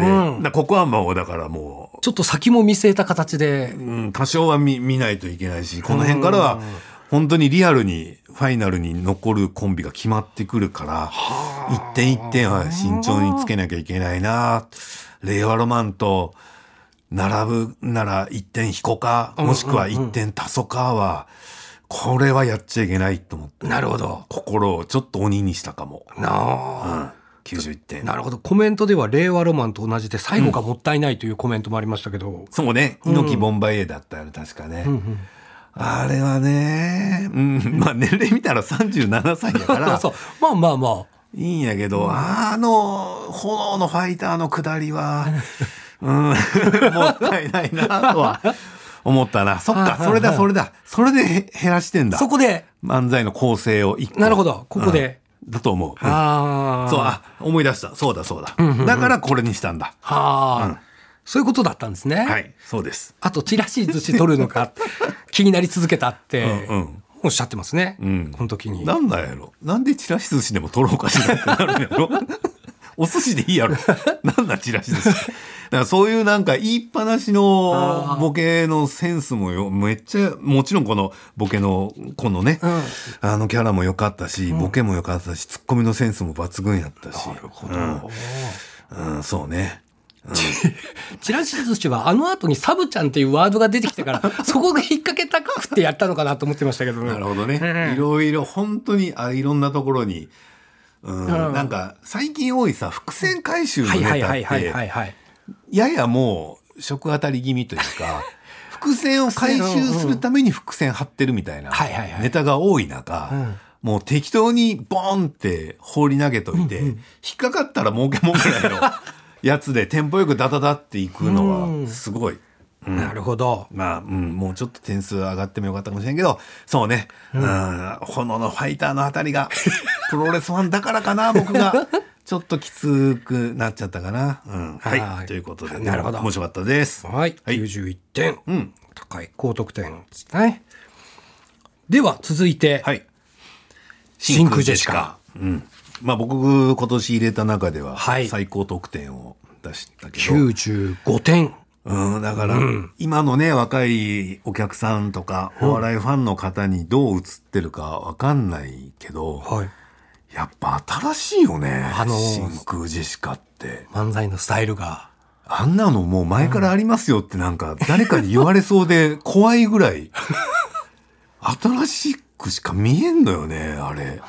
ここはもうだからもうちょっと先も見据えた形で、 多少は 見ないといけないし、この辺からは本当にリアルにファイナルに残るコンビが決まってくるから、一点一点は慎重につけなきゃいけないな。令和ロマンと並ぶなら一点引こうか、もしくは一点足そうかは、これはやっちゃいけないと思って。 なるほど。 心をちょっと鬼にしたかも。91点。 なるほど。コメントでは令和ロマンと同じで最後がもったいないというコメントもありましたけど。 そうね。猪木ボンバイエだったよね、確かね。あれはね、まあ年齢見たら37歳だからそうまあいいんやけど、炎のファイターの下りはもったいないなとは思ったな。そっか、それだそれで減らしてんだ。 そこで漫才の構成を1個。 なるほど、ここで、 だと思う。思い出した。そうだ、だからこれにしたんだ。そういうことだったんですね。はい、そうです。あとちらし寿司取るのか気になり続けたっておっしゃってますね。この時に。なんだやろ。なんでちらし寿司でも取ろうかしらってなるんやろ。お寿司でいいやろ。なんだちらし寿司。だからそういうなんか言いっぱなしのボケのセンスもめっちゃ、もちろんこのボケのこのね、キャラも良かったし、ボケも良かったし、ツッコミのセンスも抜群やったし。なるほど。そうね。ちらし寿司はあの後にサブちゃんっていうワードが出てきてからそこが引っ掛けたくてやったのかなと思ってましたけどね。なるほどね。いろいろ本当にいろんなところに、なんか最近多いさ伏線回収のネタってややもう食当たり気味というか伏線を回収するために伏線張ってるみたいなネタが多い中、もう適当にボンって放り投げといて、引っかかったら儲けもんぐらいのやつでテンポよくダダダっていくのはすごい。なるほど。まあ、もうちょっと点数上がってもよかったかもしれんけど、そうね、炎のファイターのあたりがプロレスファンだからかな、僕がちょっときつくなっちゃったかな。はい、ということで、なるほど、面白かったです。はい、91点、高い高得点ですね。では続いて、真空ジェシカ。まあ僕今年入れた中では最高得点を出したけど、95点。だから、今のね若いお客さんとかお笑いファンの方にどう映ってるかわかんないけど、やっぱ新しいよね、真空ジェシカって。漫才のスタイルがあんなのもう前からありますよってなんか誰かに言われそうで怖いぐらい新しくしか見えんのよね、あれ。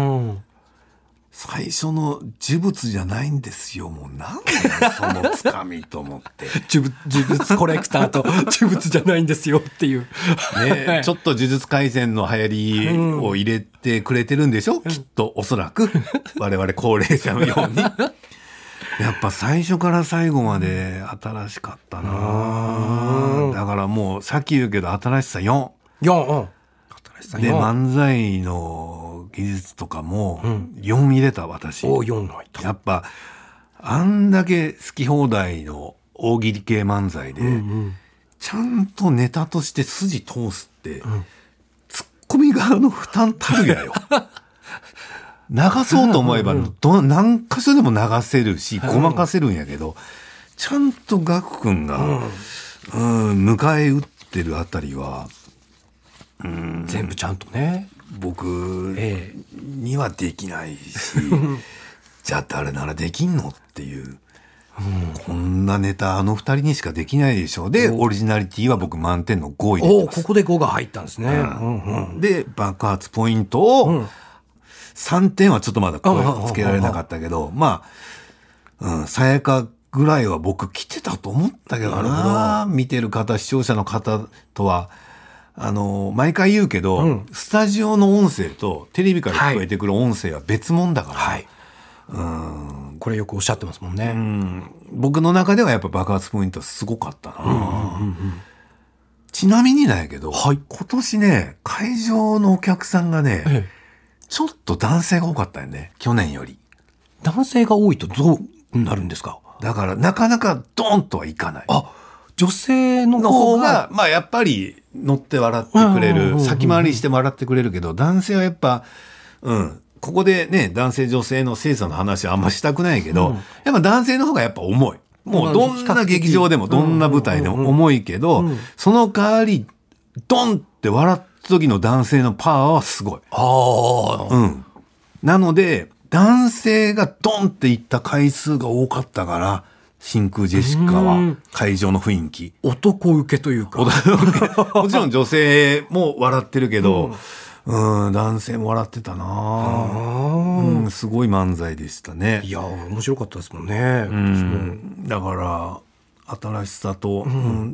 最初の呪物じゃないんですよ。もうなんだよそのつかみと思って呪物コレクターと呪物じゃないんですよっていうね、ちょっと呪術廻戦の流行りを入れてくれてるんでしょ、きっと。おそらく我々高齢者のようにやっぱ最初から最後まで新しかったな。だからもうさっき言うけど新しさ4で、漫才の技術とかも4入れた私。やっぱあんだけ好き放題の大喜利系漫才で、ちゃんとネタとして筋通すって、ツッコミ側の負担たるやよ流そうと思えば何箇所でも流せるしごまかせるんやけど、ちゃんとガク君が、迎え撃ってるあたりは全部ちゃんとね僕にはできないし、じゃあ誰ならできんのっていう、こんなネタ二人にしかできないでしょう。でオリジナリティは僕満点の5位でここで5が入ったんですね、 で爆発ポイントを、3点はちょっとまだ声つけられなかったけど、さやかぐらいは僕来てたと思ったけどな。見てる方視聴者の方とは毎回言うけど、スタジオの音声とテレビから聞こえてくる音声は別物だから、 これよくおっしゃってますもんね。 僕の中ではやっぱ爆発ポイントすごかったな。ちなみになんやけど、今年ね会場のお客さんがね、ちょっと男性が多かったよね、去年より。 男性が多いとどうなるんですか？ だからなかなかドンとはいかない。 女性の方がやっぱり乗って笑ってくれる、先回りして笑ってくれるけど、男性はやっぱここでね男性女性の性差の話はあんましたくないけど、やっぱ男性の方がやっぱ重い。もうどんな劇場でもどんな舞台でも重いけど、その代わりドンって笑った時の男性のパワーはすごい。なので男性がドンっていった回数が多かったから、真空ジェシカは会場の雰囲気男受けというかもちろん女性も笑ってるけど、男性も笑ってたな。すごい漫才でしたね。 いや面白かったですもんね。 だから新しさと、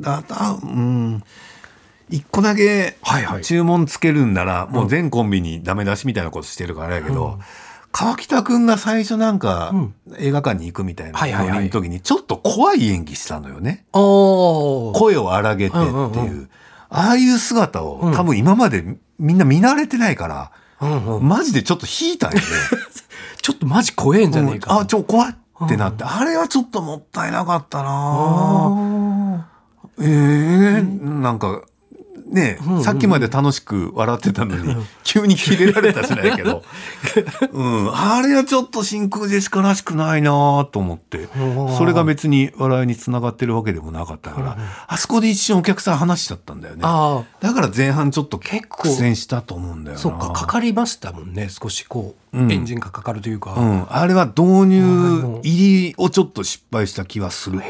一個だけ注文つけるんなら、もう全コンビにダメ出しみたいなことしてるからやけど、川北くんが最初なんか映画館に行くみたいなノリの時にちょっと怖い演技したのよね。声を荒げてっていう、ああいう姿を多分今までみんな見慣れてないから、マジでちょっと引いたんよね。 ちょっとマジ怖えんじゃねえか。 怖いってなって、あれはちょっともったいなかったな。なんかね、さっきまで楽しく笑ってたのに、急にキレられたじゃないけど、あれはちょっと真空ジェシカらしくないなと思って、それが別に笑いにつながってるわけでもなかったから、あそこで一瞬お客さん話しちゃったんだよね。だから前半ちょっと結構苦戦したと思うんだよな。 そうか、かかりましたもんね、少しこう、エンジンがかかるというか。 あれは導入入りをちょっと失敗した気はする。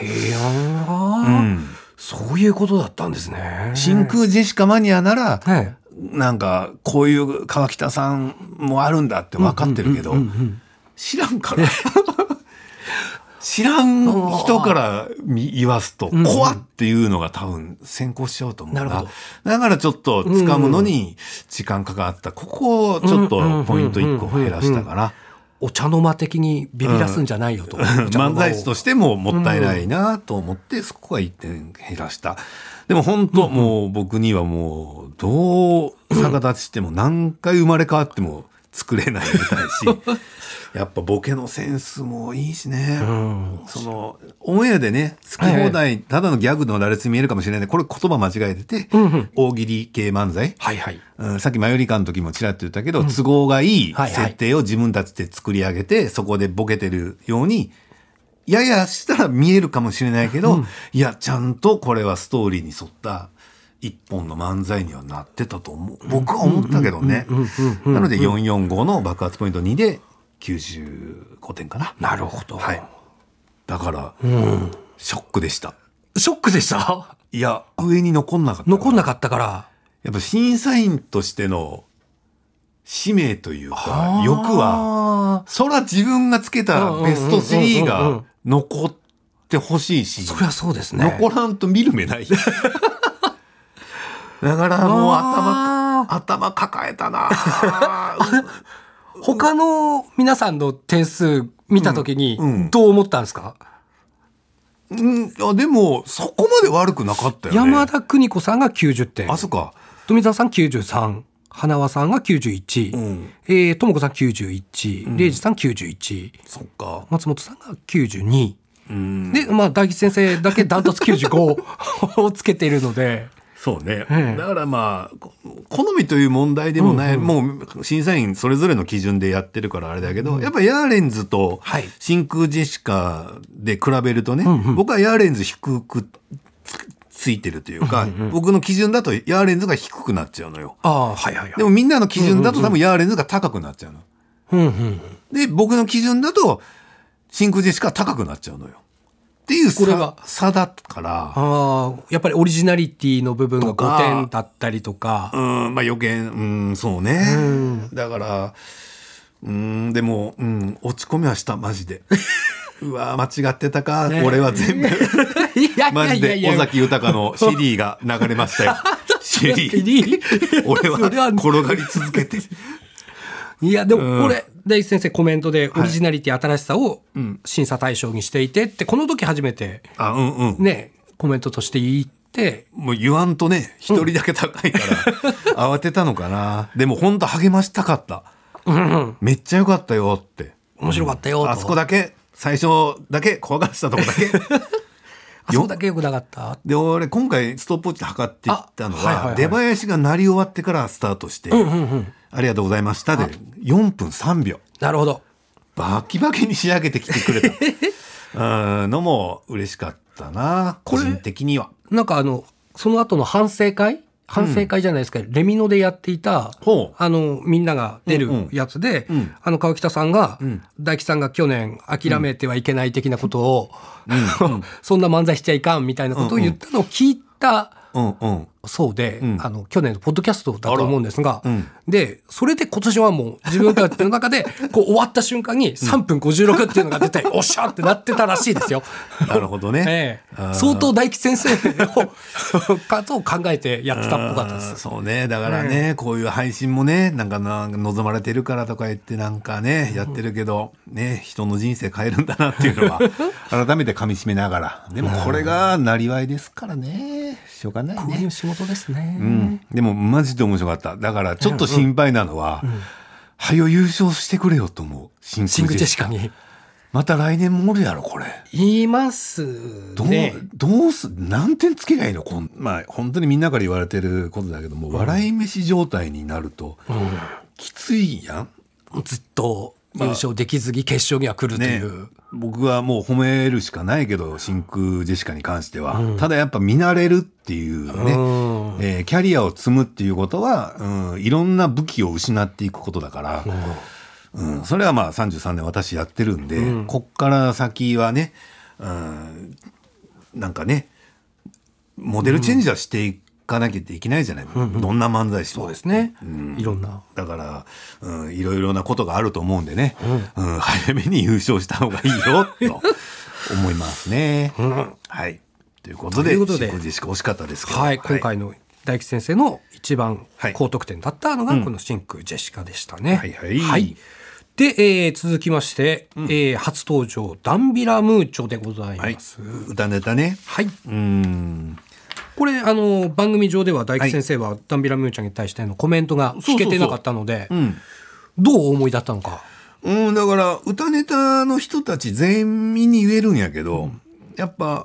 そういうことだったんですね。 真空ジェシカマニアなら、なんかこういう川北さんもあるんだって分かってるけど、知らんから知らん人から言わすと怖っていうのが多分先行しちゃうと思うな。だからちょっと掴むのに時間かかった。ここをちょっとポイント1個減らしたかな。 お茶の間的にビビらすんじゃないよと、 漫才師としてももったいないなと思って、そこは1点減らした。でも本当、もう僕にはもうどう逆立ちしても何回生まれ変わっても作れないみたいしやっぱボケのセンスもいいしね、そのオンエアでね好き放題、ただのギャグの羅列に見えるかもしれない。これ言葉間違えてて、大喜利系漫才、さっきマヨリカの時もちらっと言ったけど、都合がいい設定を自分たちで作り上げて、そこでボケてるようにややしたら見えるかもしれないけど、いやちゃんとこれはストーリーに沿った一本の漫才にはなってたと思う、僕は思ったけどね。なので445の爆発ポイント2で95点かな。 なるほど、 だから、ショックでした。 ショックでした。 いや上に残んなかったからやっぱ審査員としての使命というか欲は、そら自分がつけたベスト3が残ってほしいし、 そりゃそうですね。 残らんと見る目ないだからもう頭抱えたな他の皆さんの点数見たときにどう思ったんですか？ でもそこまで悪くなかったよね。 山田邦子さんが90点、 そっか、 富澤さん93、花輪さんが91、ともこさん91、礼二さん91、 そっか、 松本さんが92、で大吉先生だけダントツ95をつけているのでそうね、だからまあ好みという問題でもない、もう審査員それぞれの基準でやってるからあれだけど、やっぱりヤーレンズと真空ジェシカで比べるとね、僕はヤーレンズ低くついてるというか、僕の基準だとヤーレンズが低くなっちゃうのよ。でもみんなの基準だと多分ヤーレンズが高くなっちゃうの、で僕の基準だと真空ジェシカは高くなっちゃうのよっていう差だから、 やっぱりオリジナリティの部分が5点だったりとか、 まあ予見、そうね、だからでも、落ち込みはしたマジでうわ間違ってたか、俺は全部マジで尾崎豊のシリーが流れましたよシリー俺は転がり続けていやでもこれ大吉先生コメントでオリジナリティ新しさを審査対象にしていてってこの時初めてねコメントとして言って、 もう言わんとね一人だけ高いから慌てたのかな。でも本当励ましたかった、めっちゃ良かったよって、 面白かったよと、 あそこだけ最初だけ怖がってたとこだけあそこだけ良くなかったで、俺今回ストップウォッチ測っていったのは、出囃子が鳴り終わってからスタートして、ありがとうございましたで4分3秒。 なるほど。 バキバキに仕上げてきてくれたのも嬉しかったな、個人的には。 なんかその後の反省会じゃないですか、レミノでやっていたみんなが出るやつで、川北さんが、大吉さんが去年諦めてはいけない的なことを、そんな漫才しちゃいかんみたいなことを言ったのを聞いたそうで、去年のポッドキャストだと思うんですが、でそれで今年はもう自分たちの中でこう終わった瞬間に3分56っていうのが出て、おっしゃってなってたらしいですよ。 なるほどね、 相当大吉先生のことを考えてやってたっぽかったです。 そうね、だからね、こういう配信もねなんか望まれてるからとか言ってなんかねやってるけどね、人の人生変えるんだなっていうのは改めて噛み締めながら、でもこれがなりわいですからね、しょうがないね、 こういう仕事ですね、 でもマジで面白かった。だからちょっと心配なのは、はよ優勝してくれよと思う。真空ジェシカにまた来年もおるやろこれ。 言いますね。 どう何点つけりゃいいの。まあ本当にみんなから言われてることだけども、笑い飯状態になると、きついやん。 ずっと優勝できずに決勝には来るという、 僕はもう褒めるしかないけど真空ジェシカに関しては、ただやっぱ見慣れるっていうね、キャリアを積むっていうことは、いろんな武器を失っていくことだから、それはまあ33年私やってるんで、こっから先はね、なんかねモデルチェンジはしていかなきゃいけないじゃない、どんな漫才師も。 そうですね、いろんなだから、いろいろなことがあると思うんでね、早めに優勝した方がいいよと思いますね。はい、ということで真空ジェシカ惜しかったですけど、 今回の大吉先生の一番高得点だったのがこの真空ジェシカでしたね。で、続きまして、初登場ダンビラムーチョでございます、 歌ネタね。 これ番組上では大吉先生はダンビラムーチョに対してのコメントが聞けてなかったので、どうお思いだったのか。 だから歌ネタの人たち全員に言えるんやけど、やっぱ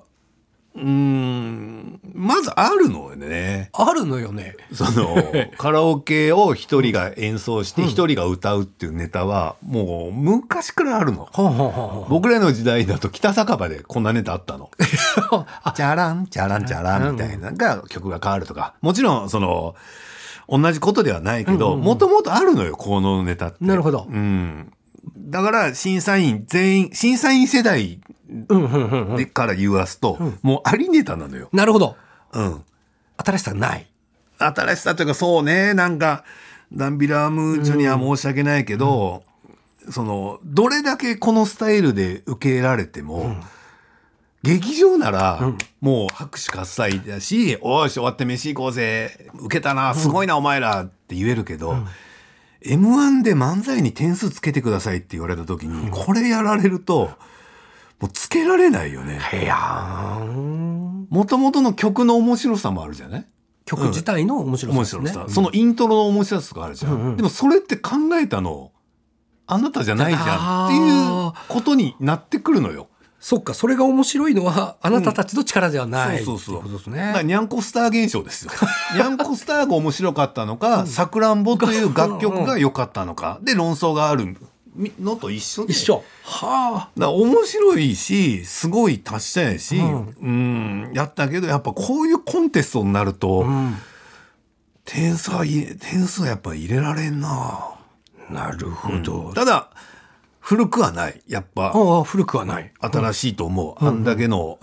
まずあるのよね。 あるのよね。 カラオケを一人が演奏して一人が歌うっていうネタはもう昔からあるの。僕らの時代だと北酒場でこんなネタあったの。チャランチャランチャランみたいな曲が変わるとか、もちろん同じことではないけど、もともとあるのよこのネタって。 なるほど。 だから審査員世代でから言わすと、もうありネタなのよ。 なるほど。新しさない。 新しさというか、そうね、なんかダンビラムーチョには申し訳ないけど、どれだけこのスタイルで受け入れられても、劇場ならもう拍手喝采だし、おいし終わって飯行こうぜ、受けたな、すごいなお前らって言えるけど、M1 で漫才に点数つけてくださいって言われた時に、これやられるともうつけられないよね。もともとの曲の面白さもあるじゃない。 曲自体の面白さですね。 そのイントロの面白さとかあるじゃん。でもそれって考えたのあなたじゃないじゃんっていうことになってくるのよ。 そっか、それが面白いのはあなたたちの力ではない、 そうそうそう、 っていうことですだからね。 ニャンコスター現象ですよニャンコスターが面白かったのかさくらんぼという楽曲が良かったのかで論争があるのと一緒で、 一緒。はだから面白いしすごい達者やし、やったけどやっぱこういうコンテストになると、点数はやっぱ入れられんな。 なるほど。 ただ古くはないやっぱ古くはない。 新しいと思う、あんだけの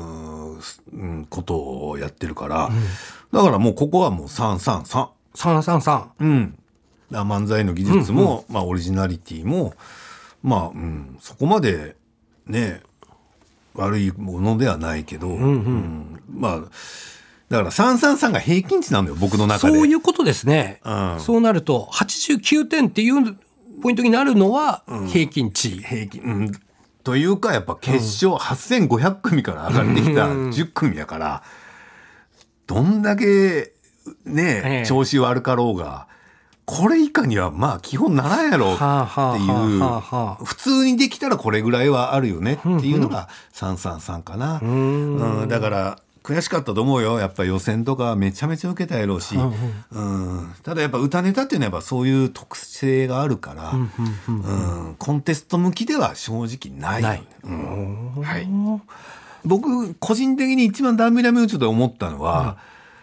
ことをやってるから、だからもうここはもう333。 333。 だから漫才の技術も、オリジナリティもそこまでね悪いものではないけど、だから333が平均値なのよ僕の中で。 そういうことですね。そうなると89点っていうポイントになるのは平均値。 平均、というかやっぱ決勝、8500組から上がってきた10組やから、どんだけね、調子悪かろうがこれ以下には基本ならんやろっていう、普通にできたらこれぐらいはあるよねっていうのが333かな。だから悔しかったと思うよ。やっぱり予選とかめちゃめちゃ受けたやろうし、ただやっぱ歌ネタっていうのはやっぱそういう特性があるから、コンテスト向きでは正直ない。はい、僕個人的に一番ダンビラミューチョで思ったのは、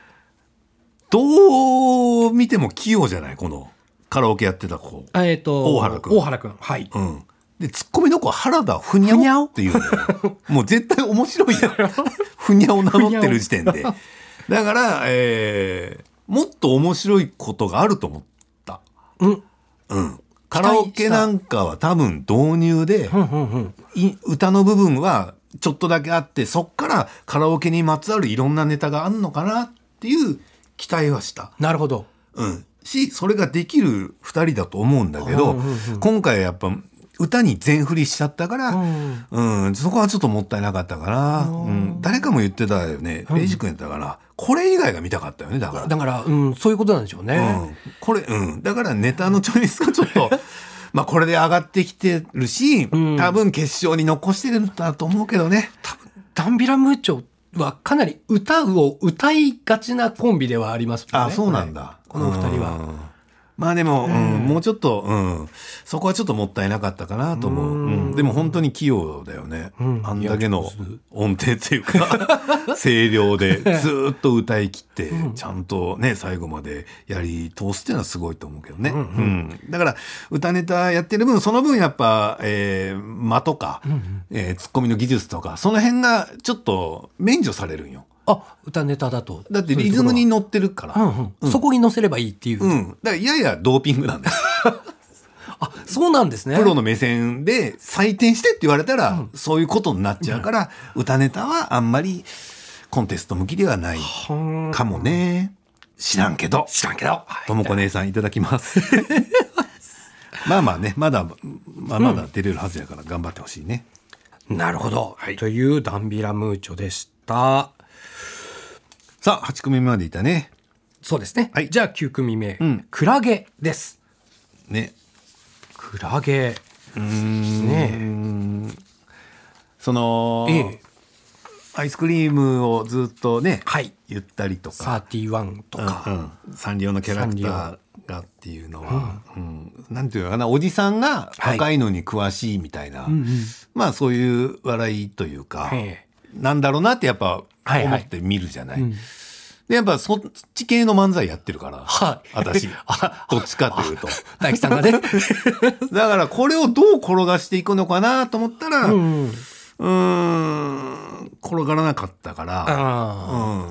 どう見ても器用じゃないこのカラオケやってた子、大原君。 はい。 でツッコミの子は原田ふにゃおっていうのもう絶対面白いやんふにゃお名乗ってる時点でだから、もっと面白いことがあると思った。カラオケなんかは多分導入で、歌の部分はちょっとだけあってそっからカラオケにまつわるいろんなネタがあるのかなっていう期待はした。 なるほど。 それができる2人だと思うんだけど、今回やっぱ歌に全振りしちゃったから、そこはちょっともったいなかったかな。誰かも言ってたよね。レイジ君やったかな。これ以外が見たかったよね。だから、 そういうことなんでしょうね。 これ、だからネタのチョイスがちょっとこれで上がってきてるし、多分決勝に残してるんだと思うけどね。 多分ダンビラムーチョはかなり歌を歌いがちなコンビではありますもんね。 そうなんだ。 この2人は。 でも、もうちょっと、そこはちょっともったいなかったかなと思う。でも本当に器用だよね。あんだけの音程っていうか声量でずっと歌い切ってちゃんとね最後までやり通すっていうのはすごいと思うけどね。だから歌ネタやってる分その分やっぱ、間とか、ツッコミの技術とかその辺がちょっと免除されるんよ。 歌ネタだと。 だってリズムに乗ってるから、 そこに乗せればいいっていう。 だからややドーピングなんだよそうなんですね。 プロの目線で採点してって言われたら、そういうことになっちゃうから、歌ネタはあんまりコンテスト向きではないかもね。知らんけどともこ姉さんいただきますねまだ出れるはずやから頑張ってほしいね。 なるほど、というダンビラムーチョでした。 さあ8組目までいたね。 そうですね、じゃあ9組目、クラゲですね。 クラゲね、 その、アイスクリームをずっとね、言ったりとか 31とか、 サンリオのキャラクターがっていうのは、なんていうのかな、おじさんが若いのに詳しいみたいな、そういう笑いというか、なんだろうなってやっぱ思って見るじゃない。でやっぱそっち系の漫才やってるから、私どっちかというと大樹さんがねだからこれをどう転がしていくのかなと思ったら、転がらなかったから、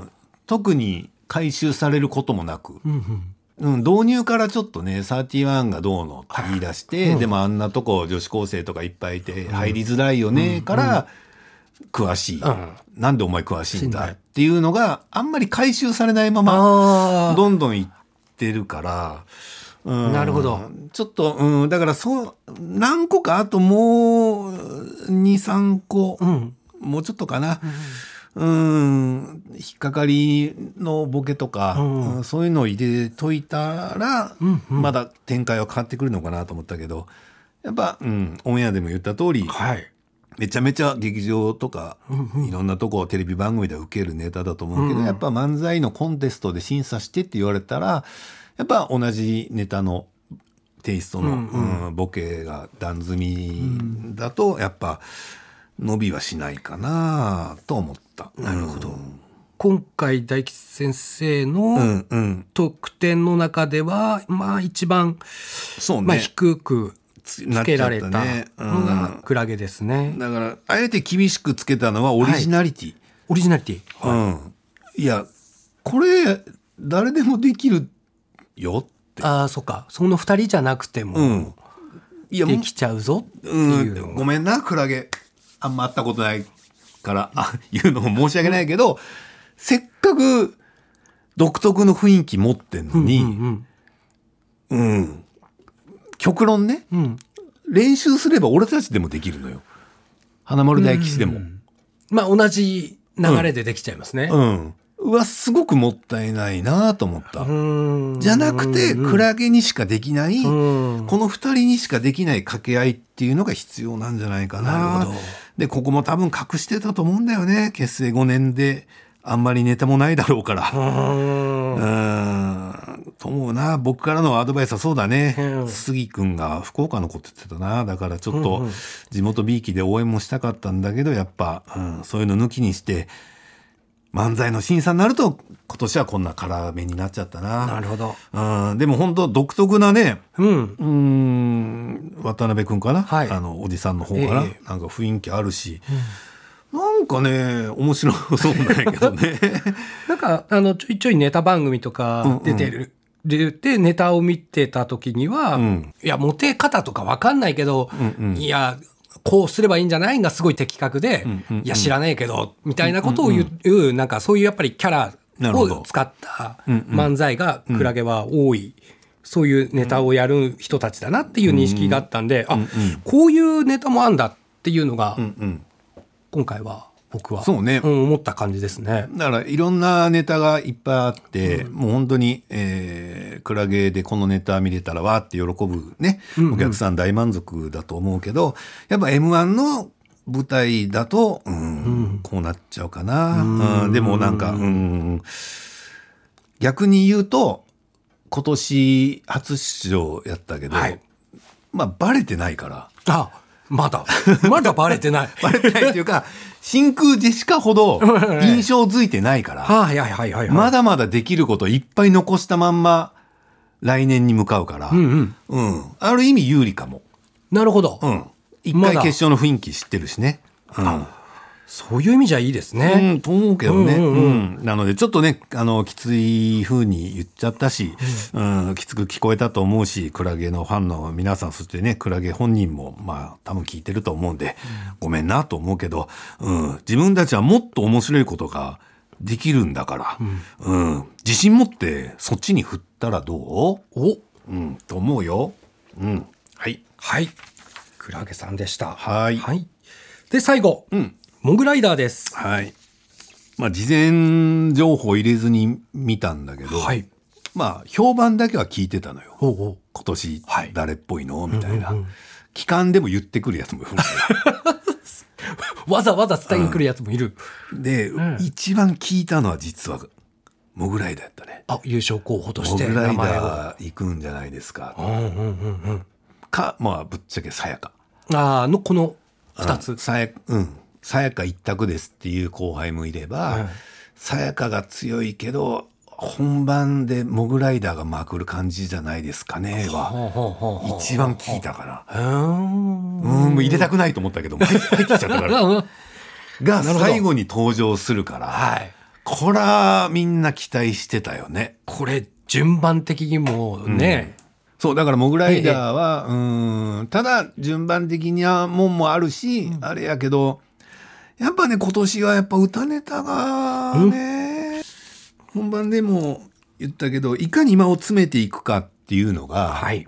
特に回収されることもなく、導入からちょっとね31がどうのって言い出して、でもあんなとこ女子高生とかいっぱいいて入りづらいよねから、詳しい、なんでお前詳しいんだっていうのがあんまり回収されないままどんどんいってるから、 なるほど。 ちょっと、だから何個かあともう 2,3 個、もうちょっとかな、引っかかりのボケとか、そういうのを入れといたら、まだ展開は変わってくるのかなと思ったけど、やっぱ、オンエアでも言った通り、 めちゃめちゃ劇場とかいろんなとこテレビ番組では受けるネタだと思うけど、やっぱ漫才のコンテストで審査してって言われたらやっぱ同じネタのテイストの、ボケが段積みだとやっぱ伸びはしないかなと思った。 なるほど。今回大吉先生の得点の中では、まあ一番、 そうね、 まあ低くつけられたのがクラゲですね。 だからあえて厳しくつけたのはオリジナリティ、 オリジナリティ、 いやこれ誰でもできるよって。 ああ、そっか、その2人じゃなくてもできちゃうぞっていう、 ごめんなクラゲあんま会ったことないから言うのも申し訳ないけど、せっかく独特の雰囲気持ってんのに、極論ね、練習すれば俺たちでもできるのよ。花丸大吉でも、 まあ同じ流れでできちゃいますね。 うわすごくもったいないなと思った。じゃなくてクラゲにしかできない、この2人にしかできない掛け合いっていうのが必要なんじゃないかな。 なるほど。 でここも多分隠してたと思うんだよね。結成5年であんまりネタもないだろうから。と思うな。僕からのアドバイスはそうだね。杉くんが福岡の子って言ってたな。だからちょっと地元びいきで応援もしたかったんだけど、やっぱ、そういうの抜きにして漫才の審査になると今年はこんな辛めになっちゃったな。 なるほど。 でも本当独特なね、渡辺くんかな、おじさんの方から、なんか雰囲気あるし、なんかね面白そうなんやけどねなんかちょいちょいネタ番組とか出てる、でネタを見てた時には、いやモテ方とか分かんないけど、いやこうすればいいんじゃないがすごい的確で、いや知らねえけどみたいなことを言う、なんかそういうやっぱりキャラを使った漫才がクラゲは多い、そういうネタをやる人たちだなっていう認識があったんで、こういうネタもあんだっていうのが、今回は僕はそうね、 思った感じですね。 だからいろんなネタがいっぱいあって、もう本当に、クラゲでこのネタ見れたらわーって喜ぶね、お客さん大満足だと思うけど、やっぱ M1 の舞台だと、こうなっちゃうかな。でもなんか、逆に言うと今年初出場やったけど、まあバレてないから。 まだバレてないバレてないっていうか真空ジェシカほど印象づいてないからまだまだできることいっぱい残したまんま来年に向かうから、ある意味有利かも。 なるほど。 一回決勝の雰囲気知ってるしね。 そういう意味じゃいいですね。 と思うけどね。なのでちょっとねきつい風に言っちゃったし、きつく聞こえたと思うし、クラゲのファンの皆さん、そしてねクラゲ本人もまあ多分聞いてると思うんで、ごめんなと思うけど、自分たちはもっと面白いことができるんだから、自信持ってそっちに振ったらどう？と思うよ。はいクラゲさんでした。で最後、モグライダーです。 まあ事前情報入れずに見たんだけど、まあ評判だけは聞いてたのよ。今年誰っぽいのみたいな。期間でも言ってくるやつもいる。 わざわざ伝えに来るやつもいる。 で、一番聞いたのは実はモグライダーやったね。 優勝候補としてモグライダー行くんじゃないですか。かまあぶっちゃけさやか。 この2つ。 さやか一択ですっていう後輩もいれば、さやかが強いけど本番でモグライダーがまくる感じじゃないですかねは一番聞いたから、もう入れたくないと思ったけど入ってきちゃったからが最後に登場するから、これはみんな期待してたよね。 これ順番的にもね、 そうだからモグライダーは、ただ順番的にはもんもあるし、あれやけどやっぱね今年はやっぱ歌ネタがね、本番でも言ったけどいかに間を詰めていくかっていうのが、愛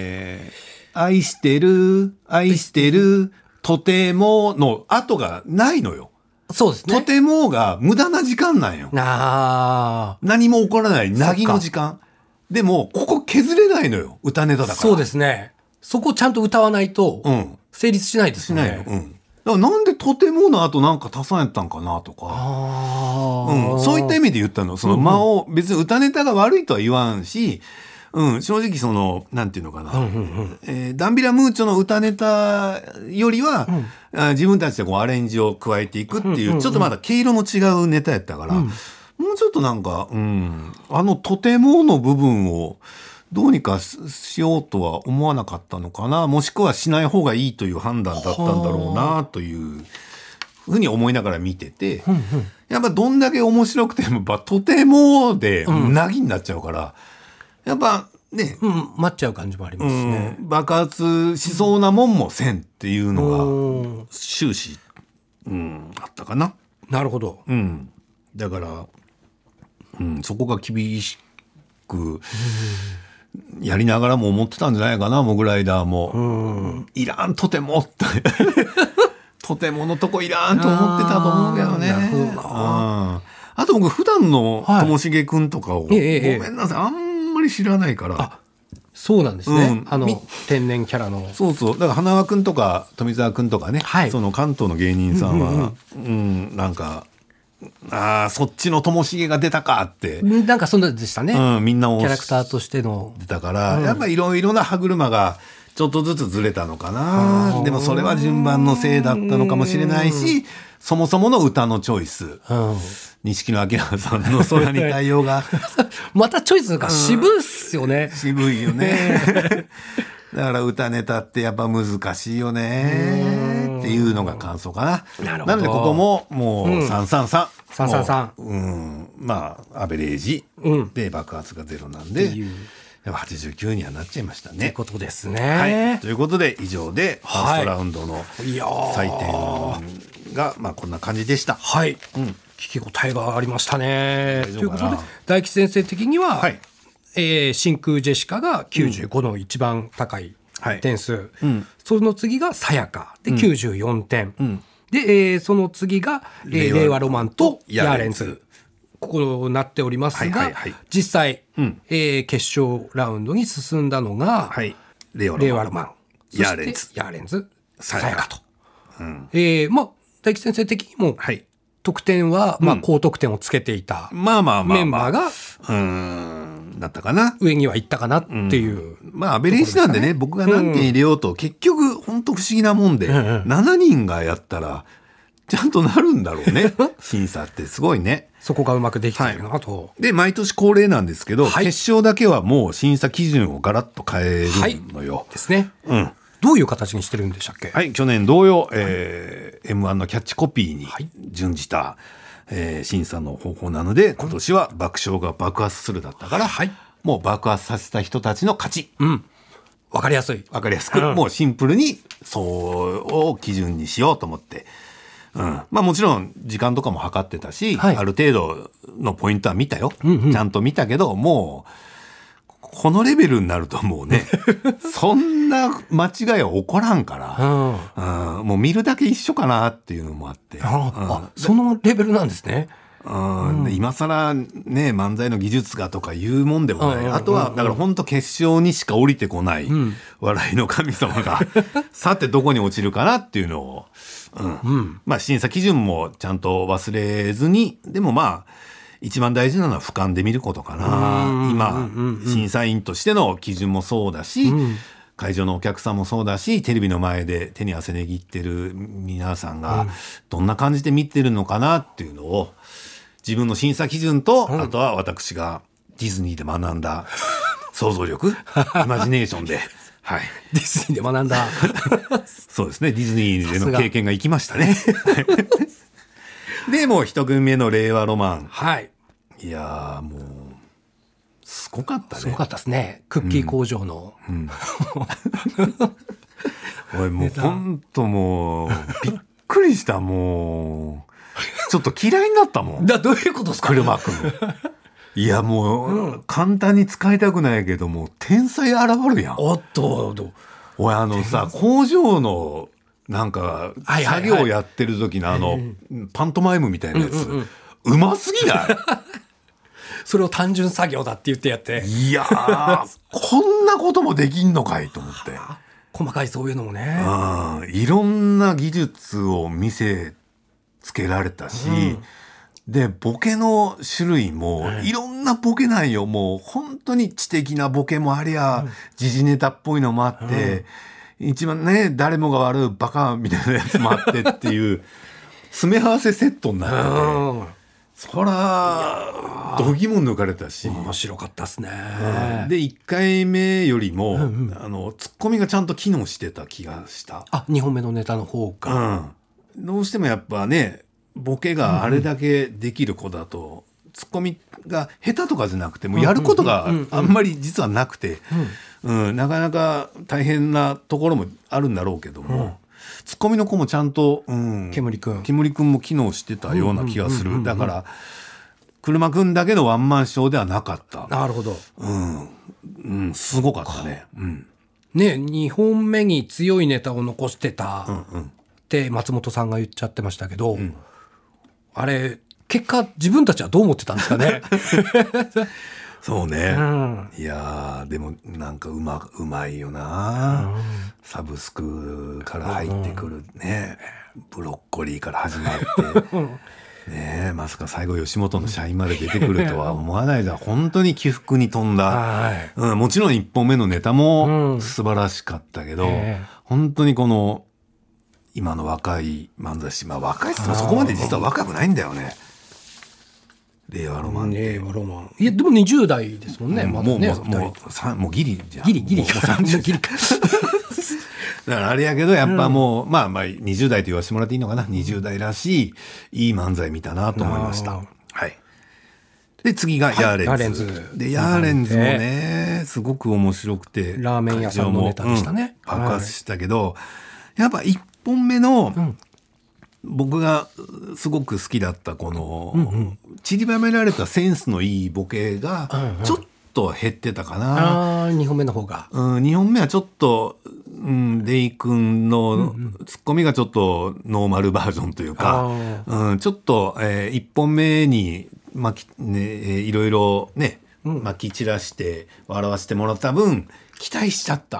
してるとてもの後がないのよ。 そうですね。 とてもが無駄な時間なんよ。何も起こらない凪の時間でもここ削れないのよ、歌ネタだから。 そうですね。そこちゃんと歌わないと成立しないですね。 なんでとてもの後なんか足さんやったんかなとか、そういった意味で言ったの。その間を、別に歌ネタが悪いとは言わんし、正直そのなんていうのかな、ダンビラムーチョの歌ネタよりは、自分たちでこうアレンジを加えていくっていう、ちょっとまだ毛色の違うネタやったから、もうちょっとなんか、とてもの部分をどうにかしようとは思わなかったのかな、もしくはしない方がいいという判断だったんだろうなというふうに思いながら見てて、やっぱどんだけ面白くてもとてもでなぎになっちゃうから、やっぱね、 待っちゃう感じもありますね。 爆発しそうなもんもせんっていうのが終始、あったかな。 なるほど。 だから、そこが厳しくやりながらも思ってたんじゃないかな、モグライダーも。いらんとてもってとてものとこいらんと思ってたと思うけどね。 なるほどな。 あと僕普段のともしげくんとかを、ごめんなさい、あんまり知らないから。 そうなんですね。天然キャラの。 そうそう。だから花輪くんとか富澤くんとかね、その関東の芸人さんは、なんか、そっちのともしげが出たかって。 なんかそんなでしたね。 みんなキャラクターとしての。 出たから、やっぱりいろいろな歯車がちょっとずつずれたのかな。でもそれは順番のせいだったのかもしれないし、そもそもの歌のチョイス。錦野旦さんの空に太陽がまたチョイスが渋いっすよね。 渋いよね。だから歌ネタってやっぱ難しいよねっていうのが感想かな。なのでここももう333。 333。 まあアベレージで爆発がゼロなんで、やっぱ89にはなっちゃいましたね。ということですね。 ということで以上でファーストラウンドの採点がまあこんな感じでした。 はい。聞き応えがありましたね。ということで大吉先生的には、真空ジェシカが95の一番高い点数、その次がさやかで94点、で、その次が、令和ロマンとヤーレンズ、ここなっておりますが、実際、決勝ラウンドに進んだのが、令和ロマン、ヤーレンズ、さやかと。まあ大吉先生的にも、得点は、高得点をつけていたメンバーが、 だったかな。 上には行ったかなっていう。 アベレージなんでね、僕が何点入れようと、結局、本当不思議なもんで、7人がやったら、ちゃんとなるんだろうね。審査ってすごいね。 そこがうまくできてるなと。 で、毎年恒例なんですけど、決勝だけはもう審査基準をガラッと変えるのよ。 ですね。どういう形にしてるんでしたっけ？ 去年同様、M1 のキャッチコピーに準じた、審査の方法なので、今年は爆笑が爆発するだったから、もう爆発させた人たちの勝ち。 わかりやすい。 わかりやすく、もうシンプルにそうを基準にしようと思って。もちろん時間とかも測ってたし、ある程度のポイントは見たよ。ちゃんと見たけど、もう、このレベルになるともうね、そんな間違いは起こらんから、もう見るだけ一緒かなっていうのもあって。 そのレベルなんですね。 で今更ね、漫才の技術がとかいうもんでもない。あとは、だから本当決勝にしか降りてこない笑いの神様が、さてどこに落ちるかなっていうのを、審査基準もちゃんと忘れずに、でも一番大事なのは俯瞰で見ることかな。今、審査員としての基準もそうだし、会場のお客さんもそうだし、テレビの前で手に汗握ってる皆さんがどんな感じで見てるのかなっていうのを、自分の審査基準と、あとは私がディズニーで学んだ想像力、イマジネーションで、 ディズニーで学んだ。 そうですね、ディズニーでの経験が生きましたね。で、もう一組目の令和ロマン。いやー、もう、すごかったね。 すごかったですね。クッキー工場の。 おい、もう、ほんともう、びっくりした、もう。ちょっと嫌いになったもん。 どういうことですか？ 車くん。いや、もう、簡単に使いたくないけども、天才現るやん。 おっと。 おい、工場の、なんか、作業やってる時のパントマイムみたいなやつ、うますぎない？ それを単純作業だって言ってやって。 いやー、こんなこともできんのかいと思って。 細かいそういうのもね。 いろんな技術を見せつけられたし、でボケの種類もいろんなボケなんよ。もう本当に知的なボケもありゃ、時事ネタっぽいのもあって、一番ね誰もが笑うバカみたいなやつもあってっていう詰め合わせセットになってて、そら度肝抜かれたし面白かったっすね。 で1回目よりも、ツッコミがちゃんと機能してた気がした。 2本目のネタの方が、 どうしてもやっぱねボケがあれだけできる子だと、ツッコミが下手とかじゃなくてもやることがあんまり実はなくて、なかなか大変なところもあるんだろうけども、ツッコミの子もちゃんと、煙くんも機能してたような気がする。だから車くんだけのワンマンショーではなかった。 なるほど。 すごかったね。 ね、2本目に強いネタを残してたって松本さんが言っちゃってましたけど、あれ結果自分たちはどう思ってたんですかね。 そうね、いやでもなんかうまいよな、サブスクから入ってくるね、ブロッコリーから始まってね、まさか最後吉本の社員まで出てくるとは思わないで、本当に起伏に富んだ、もちろん1本目のネタも素晴らしかったけど、本当にこの今の若い漫才師、若い人もそこまで実は若くないんだよね。令和ロマン。いやでも 20代ですもんね。 もうギリじゃん。 ギリもう30ギリか。 だからあれやけどやっぱもう、20代と言わせてもらっていいのかな、20代らしいいい漫才見たなと思いました。はい。で次がヤーレンズ。でヤーレンズもねすごく面白くて、 ラーメン屋さんのネタでしたね。 爆発したけど、やっぱ1本目の、僕がすごく好きだったこの散りばめられたセンスのいいボケがちょっと減ってたかな。 2本目の方が、 2本目はちょっと、デイ君のツッコミがちょっとノーマルバージョンというか、ちょっと、1本目にいろいろねまき散らして笑わせてもらった分期待しちゃった。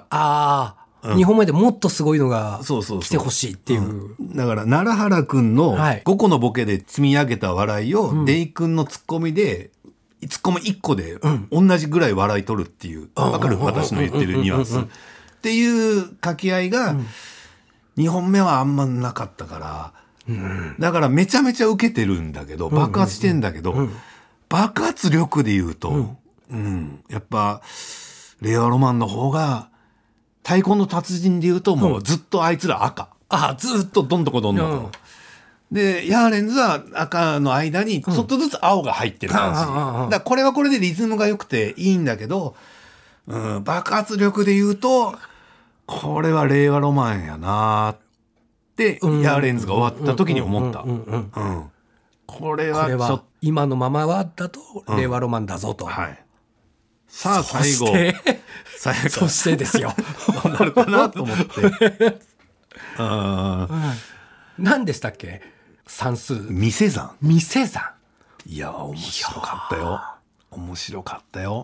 2本目でもっとすごいのが来てほしいっていう。 だから奈良原くんの5個のボケで積み上げた笑いを、デイくんのツッコミでツッコミ1個で同じぐらい笑い取るっていう、わかる？私の言ってるニュアンスっていう掛け合いが2本目はあんまなかったから、だからめちゃめちゃ受けてるんだけど、爆発してんだけど、爆発力で言うと、やっぱ令和ロマンの方が太鼓の達人で言うともうずっとあいつら赤、ずっとどんどこどんどこ、でヤーレンズは赤の間にちょっとずつ青が入ってる感じ、だからこれはこれでリズムが良くていいんだけど、爆発力で言うとこれは令和ロマンやなってヤーレンズが終わった時に思った。これはちょっと今のままはだと令和ロマンだぞと、 さあ最後そしてですよどうなるかなと思って何でしたっけ、算数店算。いや面白かったよ、面白か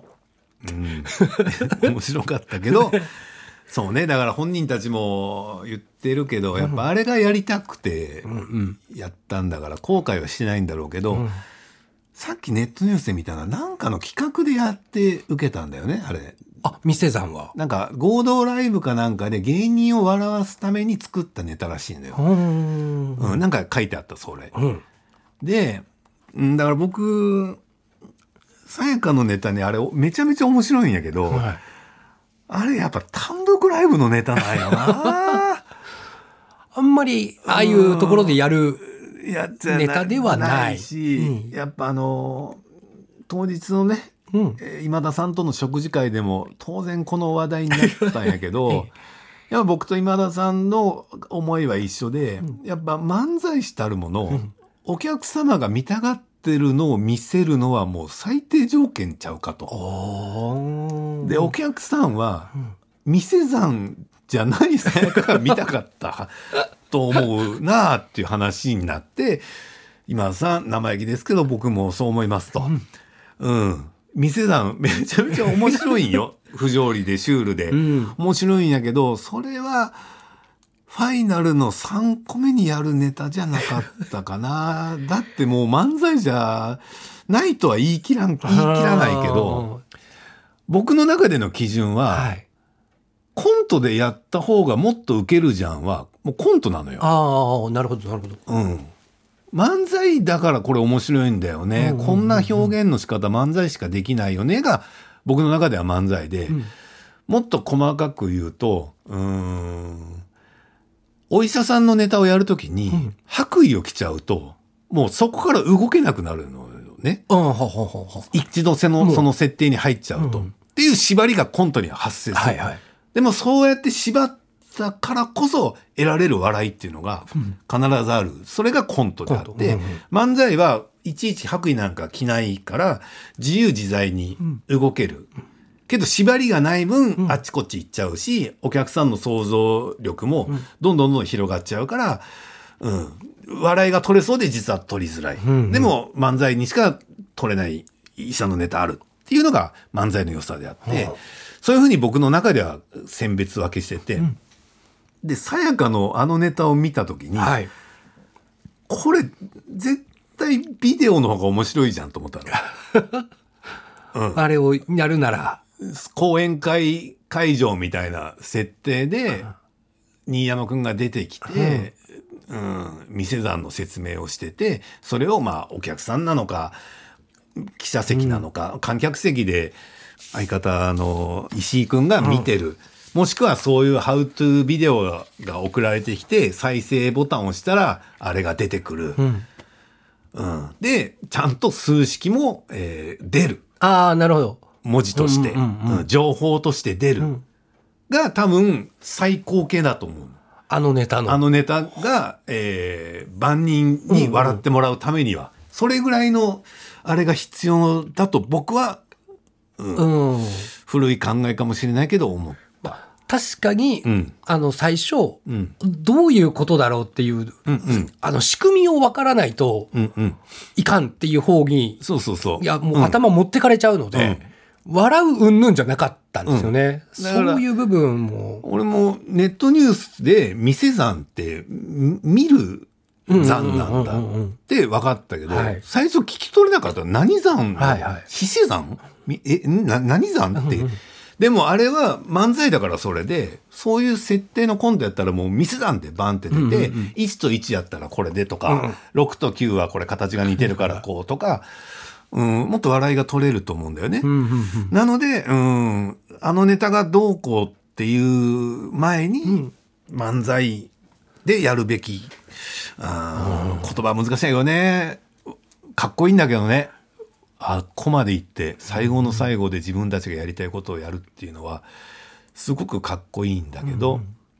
ったけどそうね、だから本人たちも言ってるけど、やっぱあれがやりたくてやったんだから後悔はしてないんだろうけど、さっきネットニュースで見たらなんかの企画でやって受けたんだよね、あれ。 店算はなんか合同ライブかなんかで芸人を笑わすために作ったネタらしいんだよ。なんか書いてあったそれ、でだから僕さやかのネタね、あれめちゃめちゃ面白いんやけど、あれやっぱ単独ライブのネタなんよなあんまりああいうところでやるネタではないし、やっぱ当日のね、今田さんとの食事会でも当然この話題になったんやけどやっぱ僕と今田さんの思いは一緒で、やっぱ漫才師たるもの、お客様が見たがってるのを見せるのはもう最低条件ちゃうかと。でお客さんは店算じゃないさやかが見たかったと思うなあっていう話になって、今田さん生意気ですけど僕もそう思いますと。店算めちゃめちゃ面白いんよ不条理でシュールで面白いんやけど、それはファイナルの3個目にやるネタじゃなかったかな。だってもう漫才じゃないとは言い切らないけど、僕の中での基準は、はい、コントでやった方がもっとウケるじゃんはもうコントなのよ。 ああ、なるほどなるほど。 うん。漫才だからこれ面白いんだよね、こんな表現の仕方漫才しかできないよねが僕の中では漫才で、もっと細かく言うとお医者さんのネタをやるときに、白衣を着ちゃうともうそこから動けなくなるのよね、一度その設定に入っちゃうと、っていう縛りがコントには発生する、はいはい、でもそうやって縛ったからこそ得られる笑いっていうのが必ずある、それがコントであって、漫才はいちいち白衣なんか着ないから自由自在に動ける、けど縛りがない分あっちこっち行っちゃうし、お客さんの想像力もどんどん広がっちゃうから、笑いが取れそうで実は取りづらい、でも漫才にしか取れない医者のネタあるっていうのが漫才の良さであって、そういうふうに僕の中では選別分けしてて、でさやかのあのネタを見た時に、はい、これ絶対ビデオの方が面白いじゃんと思ったの、あれをやるなら講演会会場みたいな設定で新山くんが出てきて、店算の説明をしてて、それをまあお客さんなのか記者席なのか、観客席で相方の石井くんが見てる、もしくはそういうハウトゥービデオが送られてきて再生ボタンを押したらあれが出てくる、でちゃんと数式も、出る、 なるほど、 文字として、情報として出る、が多分最高形だと思う。 あのネタが、万人に笑ってもらうためには、それぐらいのあれが必要だと僕は、古い考えかもしれないけど思った。 確かに、最初、どういうことだろうっていう、仕組みを分からないと、いかんっていう方に、いやもう頭持ってかれちゃうので、笑う云々じゃなかったんですよね、そういう部分も。 俺もネットニュースで店算って見る算なんだって分かったけど、最初聞き取れなかった。何算？獅子算？何算って。でもあれは漫才だからそれで、そういう設定のコントやったらもう店算でバンって出て、1と1やったらこれでとか、6と9はこれ形が似てるからこうとか、もっと笑いが取れると思うんだよね。なので、あのネタがどうこうっていう前に、漫才でやるべき、言葉難しいよね。かっこいいんだけどね。ここまで行って最後の最後で自分たちがやりたいことをやるっていうのはすごくかっこいいんだけど、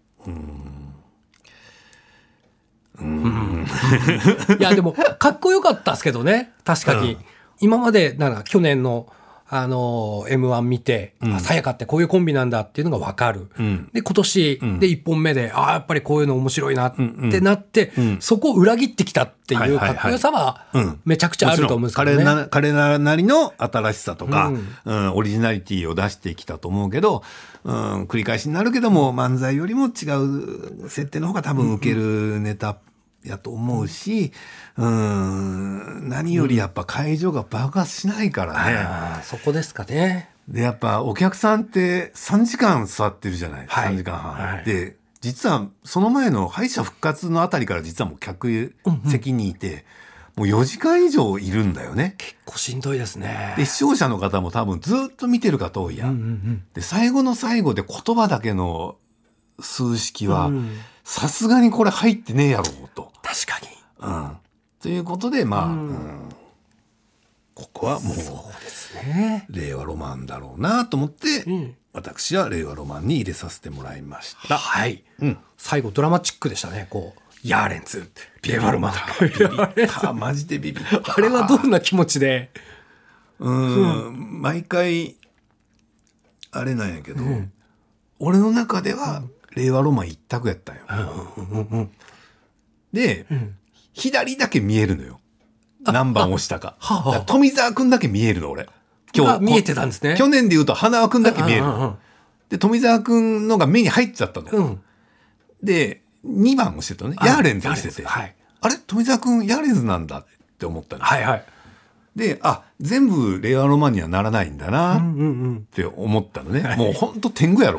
いやでもかっこよかったですけどね、確かに、今までなんか去年のM1 見て、さやかってこういうコンビなんだっていうのが分かる、で今年で1本目でやっぱりこういうの面白いなってなって、そこを裏切ってきたっていうかっこよさはめちゃくちゃあると思うんですけどね。 彼らなりの新しさとか、オリジナリティを出してきたと思うけど、繰り返しになるけども漫才よりも違う設定の方が多分受けるネタやと思うし、何よりやっぱ会場が爆発しないからね、 そこですかね。 でやっぱお客さんって3時間座ってるじゃない、3時間半、で実はその前の敗者復活のあたりから実はもう客席にいて、もう4時間以上いるんだよね。 結構しんどいですね。 で視聴者の方も多分ずっと見てる方多いやん、で最後の最後で言葉だけの数式は、さすがにこれ入ってねえやろうと。 確かに。 ということでここはもうそうですね、令和ロマンだろうなと思って、私は令和ロマンに入れさせてもらいました。 はい。最後ドラマチックでしたね。こうヤーレンツ令和ロマン。 ビビったマジでビビった。 あれはどんな気持ちで？ 毎回あれなんやけど、俺の中では令和ロマン一択やったんよ。で、左だけ見えるのよ。何番押したか。富澤くんだけ見えるの俺。 が見えてたんですね。 去年でいうと花輪くんだけ見える。で富澤くんのが目に入っちゃったの。で2番をしてたのね。ヤーレンズをしてて、あれ富澤くんヤーレンズなんだって思ったの。で全部令和ロマンにはならないんだなって思ったのね。もうほんと天狗やろ。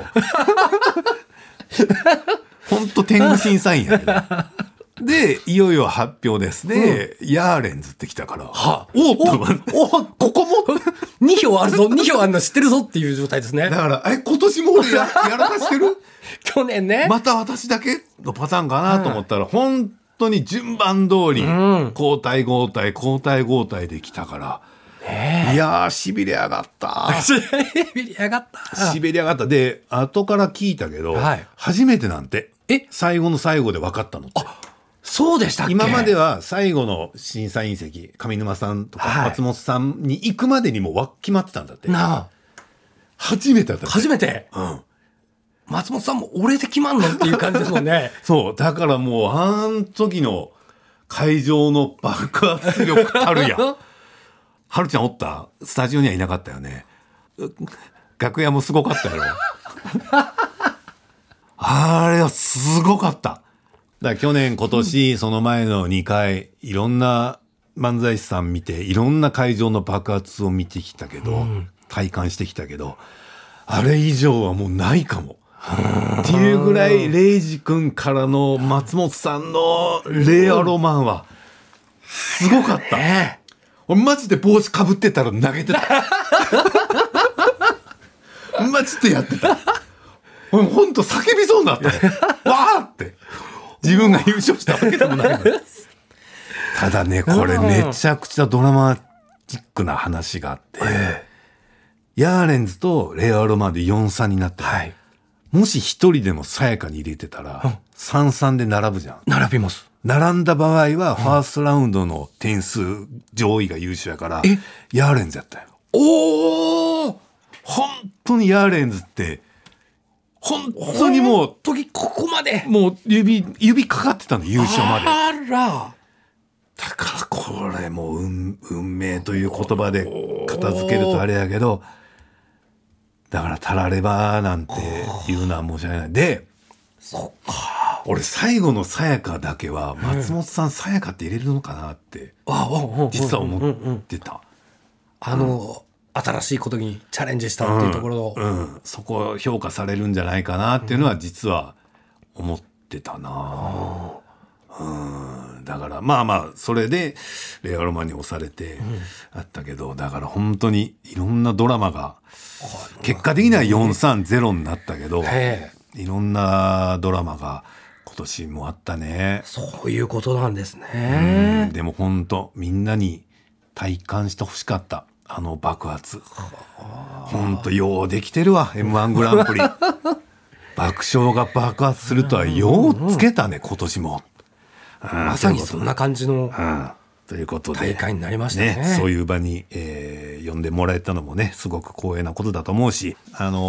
ほんと天狗審査員やけど。でいよいよ発表です。で、ヤーレンズってきたから、おっここも 2票あるぞ、2票あるの知ってるぞっていう状態ですね。 だから今年も俺やらかしてる去年ね、 また私だけのパターンかなと思ったら、本当に順番通り、交代交代交代交代できたから、いやーしびれ上がったしびれ上がったで、後から聞いたけど、初めてなんて最後の最後で分かったのって。 そうでしたっけ。 今までは最後の審査員席、上沼さんとか松本さんに行くまでにも決まってたんだって。初めてだった。 初めて。松本さんも俺で決まんのっていう感じですもんね。 そうだからもうあん時の会場の爆発力たるや。はるちゃんおった？スタジオにはいなかったよね。楽屋もすごかったよ。あれはすごかった。だから去年今年その前の2回いろんな漫才師さん見ていろんな会場の爆発を見てきたけど、体感してきたけど、あれ以上はもうないかもっていうぐらい、レイジ君からの松本さんの令和ロマンはすごかった。俺マジで帽子かぶってたら投げてた。マジでやってた。ほんと叫びそうになった。わーって自分が優勝したわけでもないの。ただねこれめちゃくちゃドラマチックな話があって、ヤーレンズと令和ロマンで 4-3 になって、もし一人でもさやかに入れてたら 3-3 で並ぶじゃん。 並びます。 並んだ場合はファーストラウンドの点数上位が優勝やから、ヤーレンズやったよ。本当にヤーレンズって本当にもうここまでもう指かかってたの、優勝まで。 だからこれもう運命という言葉で片付けるとあれやけど、だからたらればなんて言うのは申し訳ない。で俺最後のさやかだけは松本さんさやかって入れるのかなって実は思ってた。 新しいことにチャレンジしたっていうところ、 そこを評価されるんじゃないかなっていうのは実は思ってたな。だからまあそれで令和ロマンに押されてあったけど、だから本当にいろんなドラマが結果的には 4-3-0 になったけど、いろんなドラマが今年もあったね。 そういうことなんですね。 でも本当みんなに体感してほしかった。あの爆発本当ようできてるわ。 M1 グランプリ爆笑が爆発するとはようつけたね今年も。 まさにそんな感じのということで大会になりましたね。 そういう場に、呼んでもらえたのもねすごく光栄なことだと思うし、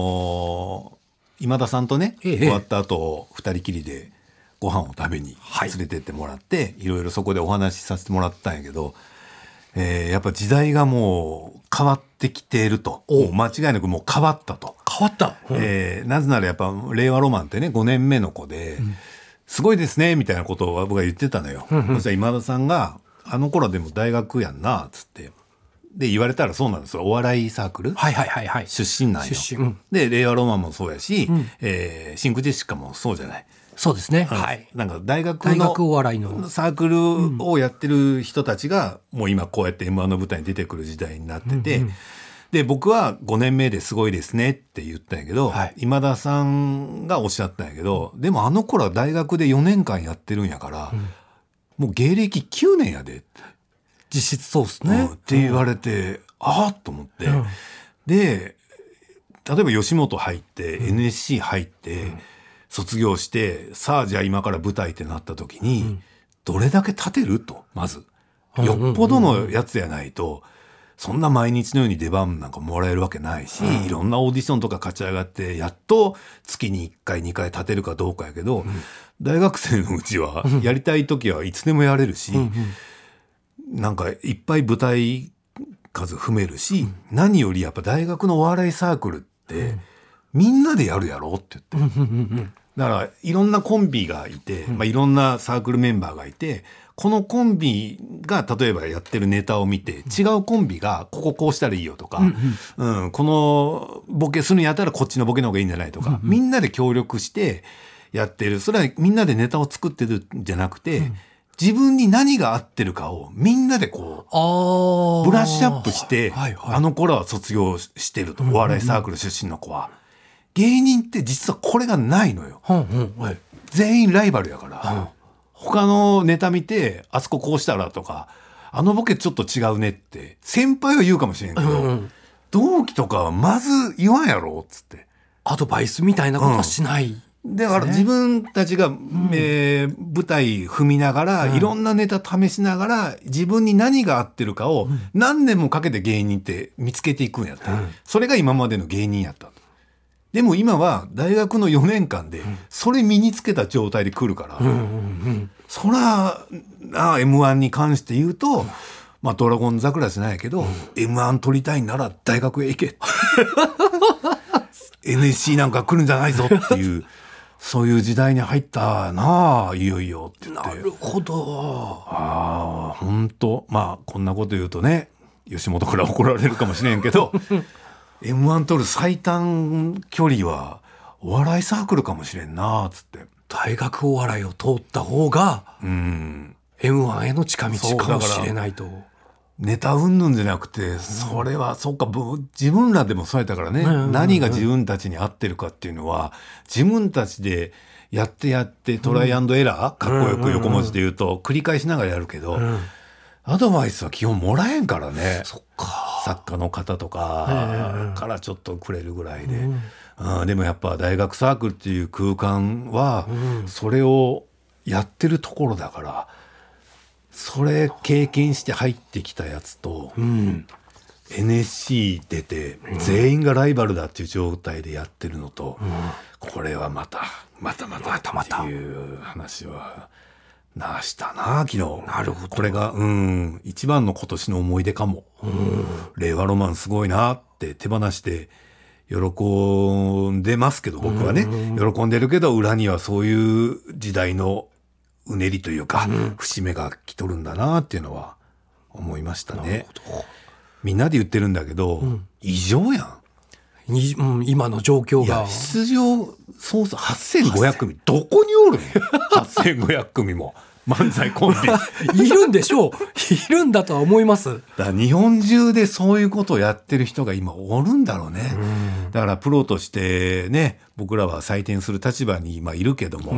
今田さんとね、終わった後2人きりでご飯を食べに連れてってもらって、いろいろそこでお話しさせてもらったんやけど、やっぱ時代がもう変わってきていると、間違いなくもう変わったと。 変わった、 なぜならやっぱ令和ロマンってね5年目の子で、すごいですねみたいなことを僕が言ってたのよ。そしたら今田さんがあの頃でも大学やんなっつってで言われたらそうなんですよ。お笑いサークル出身なんよ。で令和ロマンもそうやし、真空ジェシカもそうじゃない。 そうですね。 なんか大学お笑いのサークルをやってる人たちがもう今こうやって M1 の舞台に出てくる時代になってて、で僕は5年目ですごいですねって言ったんやけど、今田さんがおっしゃったんやけど、でもあの頃は大学で4年間やってるんやから、もう芸歴9年やで実質そうですね、 って言われて、ああと思って、で例えば吉本入って、NSC 入って、卒業してさあじゃあ今から舞台ってなった時に、どれだけ立てると、まずよっぽどのやつやないとそんな毎日のように出番なんかもらえるわけないし、いろんなオーディションとか勝ち上がってやっと月に1回2回立てるかどうかやけど、大学生のうちはやりたい時はいつでもやれるし、なんかいっぱい舞台数踏めるし、何よりやっぱ大学のお笑いサークルって、みんなでやるやろって言って。だからいろんなコンビがいて、いろんなサークルメンバーがいて、このコンビが例えばやってるネタを見て、違うコンビがこうしたらいいよとか、このボケするんやったらこっちのボケの方がいいんじゃないとか、みんなで協力してやってる。それはみんなでネタを作ってるんじゃなくて、自分に何が合ってるかをみんなでこうブラッシュアップして、あの頃は卒業してると、お笑いサークル出身の子は。芸人って実はこれがないのよ。全員ライバルやから、他のネタ見てあそここうしたらとか、あのボケちょっと違うねって先輩は言うかもしれんけど、同期とかはまず言わんやろっつって、 アドバイスみたいなことはしない、 だから自分たちが、舞台踏みながら、いろんなネタ試しながら、自分に何が合ってるかを何年もかけて芸人って見つけていくんやった、それが今までの芸人やったと。でも今は大学の4年間でそれ身につけた状態で来るから、そらM1 に関して言うと、ドラゴン桜じゃないけど、M1 取りたいなら大学へ行けNSC なんか来るんじゃないぞっていうそういう時代に入ったなあ、いよいよって言って。 なるほど。 本当こんなこと言うとね、吉本から怒られるかもしれんけどM1 取る最短距離はお笑いサークルかもしれんなっつって。 大学お笑いを通った方が M1 への近道かもしれないと。 ネタ云々じゃなくて、それはそっか、自分らでもそうやったからね、何が自分たちに合ってるかっていうのは自分たちでやってトライアンドエラー、かっこよく横文字で言うと繰り返しながらやるけど、アドバイスは基本もらえんからね。 そっか。 作家の方とかからちょっとくれるぐらいで、でもやっぱ大学サークルっていう空間はそれをやってるところだから、それ経験して入ってきたやつと、NSC 出て全員がライバルだっていう状態でやってるのと、これはまたっていう話はしたな昨日。 なるほど。 これが一番の今年の思い出かも。令和ロマンすごいなって手放して喜んでますけど、僕はね喜んでるけど、裏にはそういう時代のうねりというか、節目が来とるんだなっていうのは思いましたね。みんなで言ってるんだけど、異常やん。 今の状況が。 出場総数8500組どこにおるの8500組も漫才コンビいるんでしょう。いるんだとは思います。 だから日本中でそういうことをやってる人が今おるんだろうね。だからプロとしてね、僕らは採点する立場に今いるけども、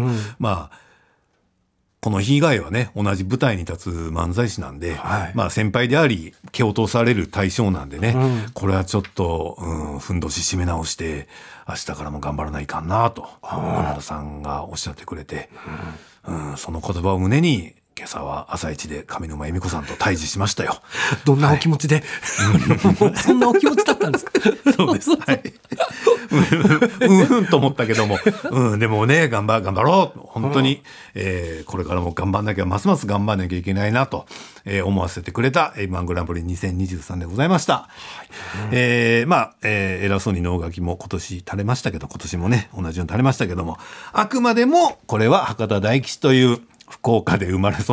この日以外はね、同じ舞台に立つ漫才師なんで、先輩であり蹴落とされる対象なんでね、これはちょっと、ふんどし締め直して明日からも頑張らないかんなと山田さんがおっしゃってくれて、その言葉を胸に今朝は朝一で上沼恵美子さんと対峙しましたよ。 どんなお気持ちで、そんなお気持ちだったんですか。 そうです。と思ったけども、でもね、頑張ろう。本当に、これからも頑張んなきゃ、ますます頑張んなきゃいけないなと、思わせてくれた M1 グランプリ2023でございました。偉そうに能書きも今年垂れましたけど、今年もね、同じように垂れましたけども、あくまでもこれは博多大吉という福岡で生まれ育った、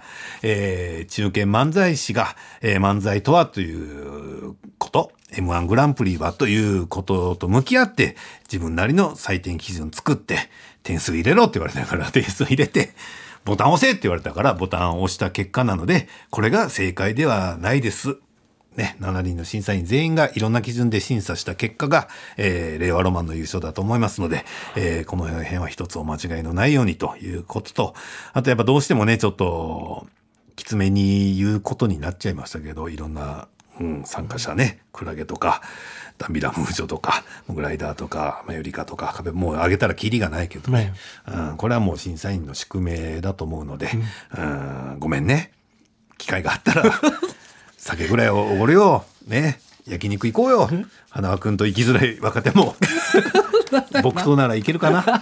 中堅漫才師が、漫才とはということ、M1 グランプリはということと向き合って自分なりの採点基準作って点数入れろって言われたから点数入れて、ボタン押せって言われたからボタンを押した結果なので、これが正解ではないです。ね、7人の審査員全員がいろんな基準で審査した結果が、令和ロマンの優勝だと思いますので、この辺は一つお間違いのないようにということと、あとやっぱどうしてもね、ちょっときつめに言うことになっちゃいましたけど、いろんな、参加者ね、クラゲとかダンビラムージョとかモグライダーとかマユリカとか壁、もう上げたらキリがないけどね、これはもう審査員の宿命だと思うので、ごめんね、機会があったら酒ぐらいおごるよね、焼肉行こうよ、花輪くんと行きづらい若手も僕とならいけるかな。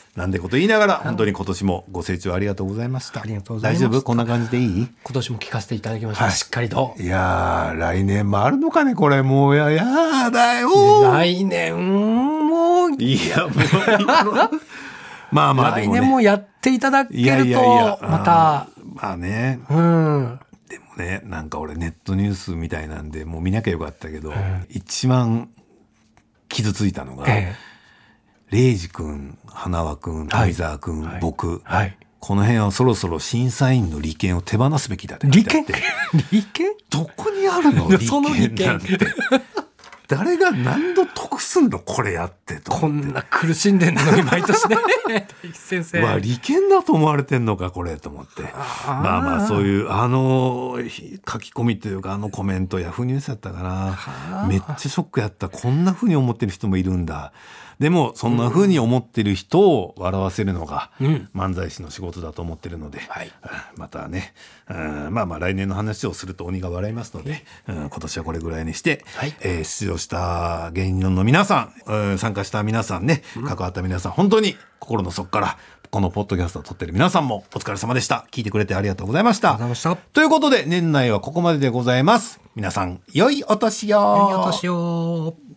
なんでこと言いながら本当に今年もご清聴ありがとうございました。 ありがとうございました。 大丈夫？こんな感じでいい？ 今年も聞かせていただきました、しっかりと。 いやー、来年もあるのかねこれ。もうやだよ。 来年もういやもうまあまあでもね、 来年もやっていただけるとまたまあね、 うん、 でもね、なんか俺ネットニュースみたいなんでもう見なきゃよかったけど、一番傷ついたのが、レイジ君、花輪君、富澤君、僕、この辺はそろそろ審査員の利権を手放すべきだって利権どこにあるの？ その利権なんて誰が何度得すんのこれやってと。 こんな苦しんでんのに毎年ね先生は利権だと思われてんのかこれと思って、まあまあそういう書き込みというかコメント、ヤフーニュースやったかな、めっちゃショックやった。こんな風に思ってる人もいるんだ。でもそんな風に思ってる人を笑わせるのが漫才師の仕事だと思ってるので、またね、まあまあ来年の話をすると鬼が笑いますので、今年はこれぐらいにして、出場した芸人の皆さん、参加した皆さんね、関わった皆さん、本当に心の底からこのポッドキャストを撮ってる皆さんもお疲れ様でした。聞いてくれてありがとうございました。ということで年内はここまででございます。皆さん良いお年を。 良いお年を。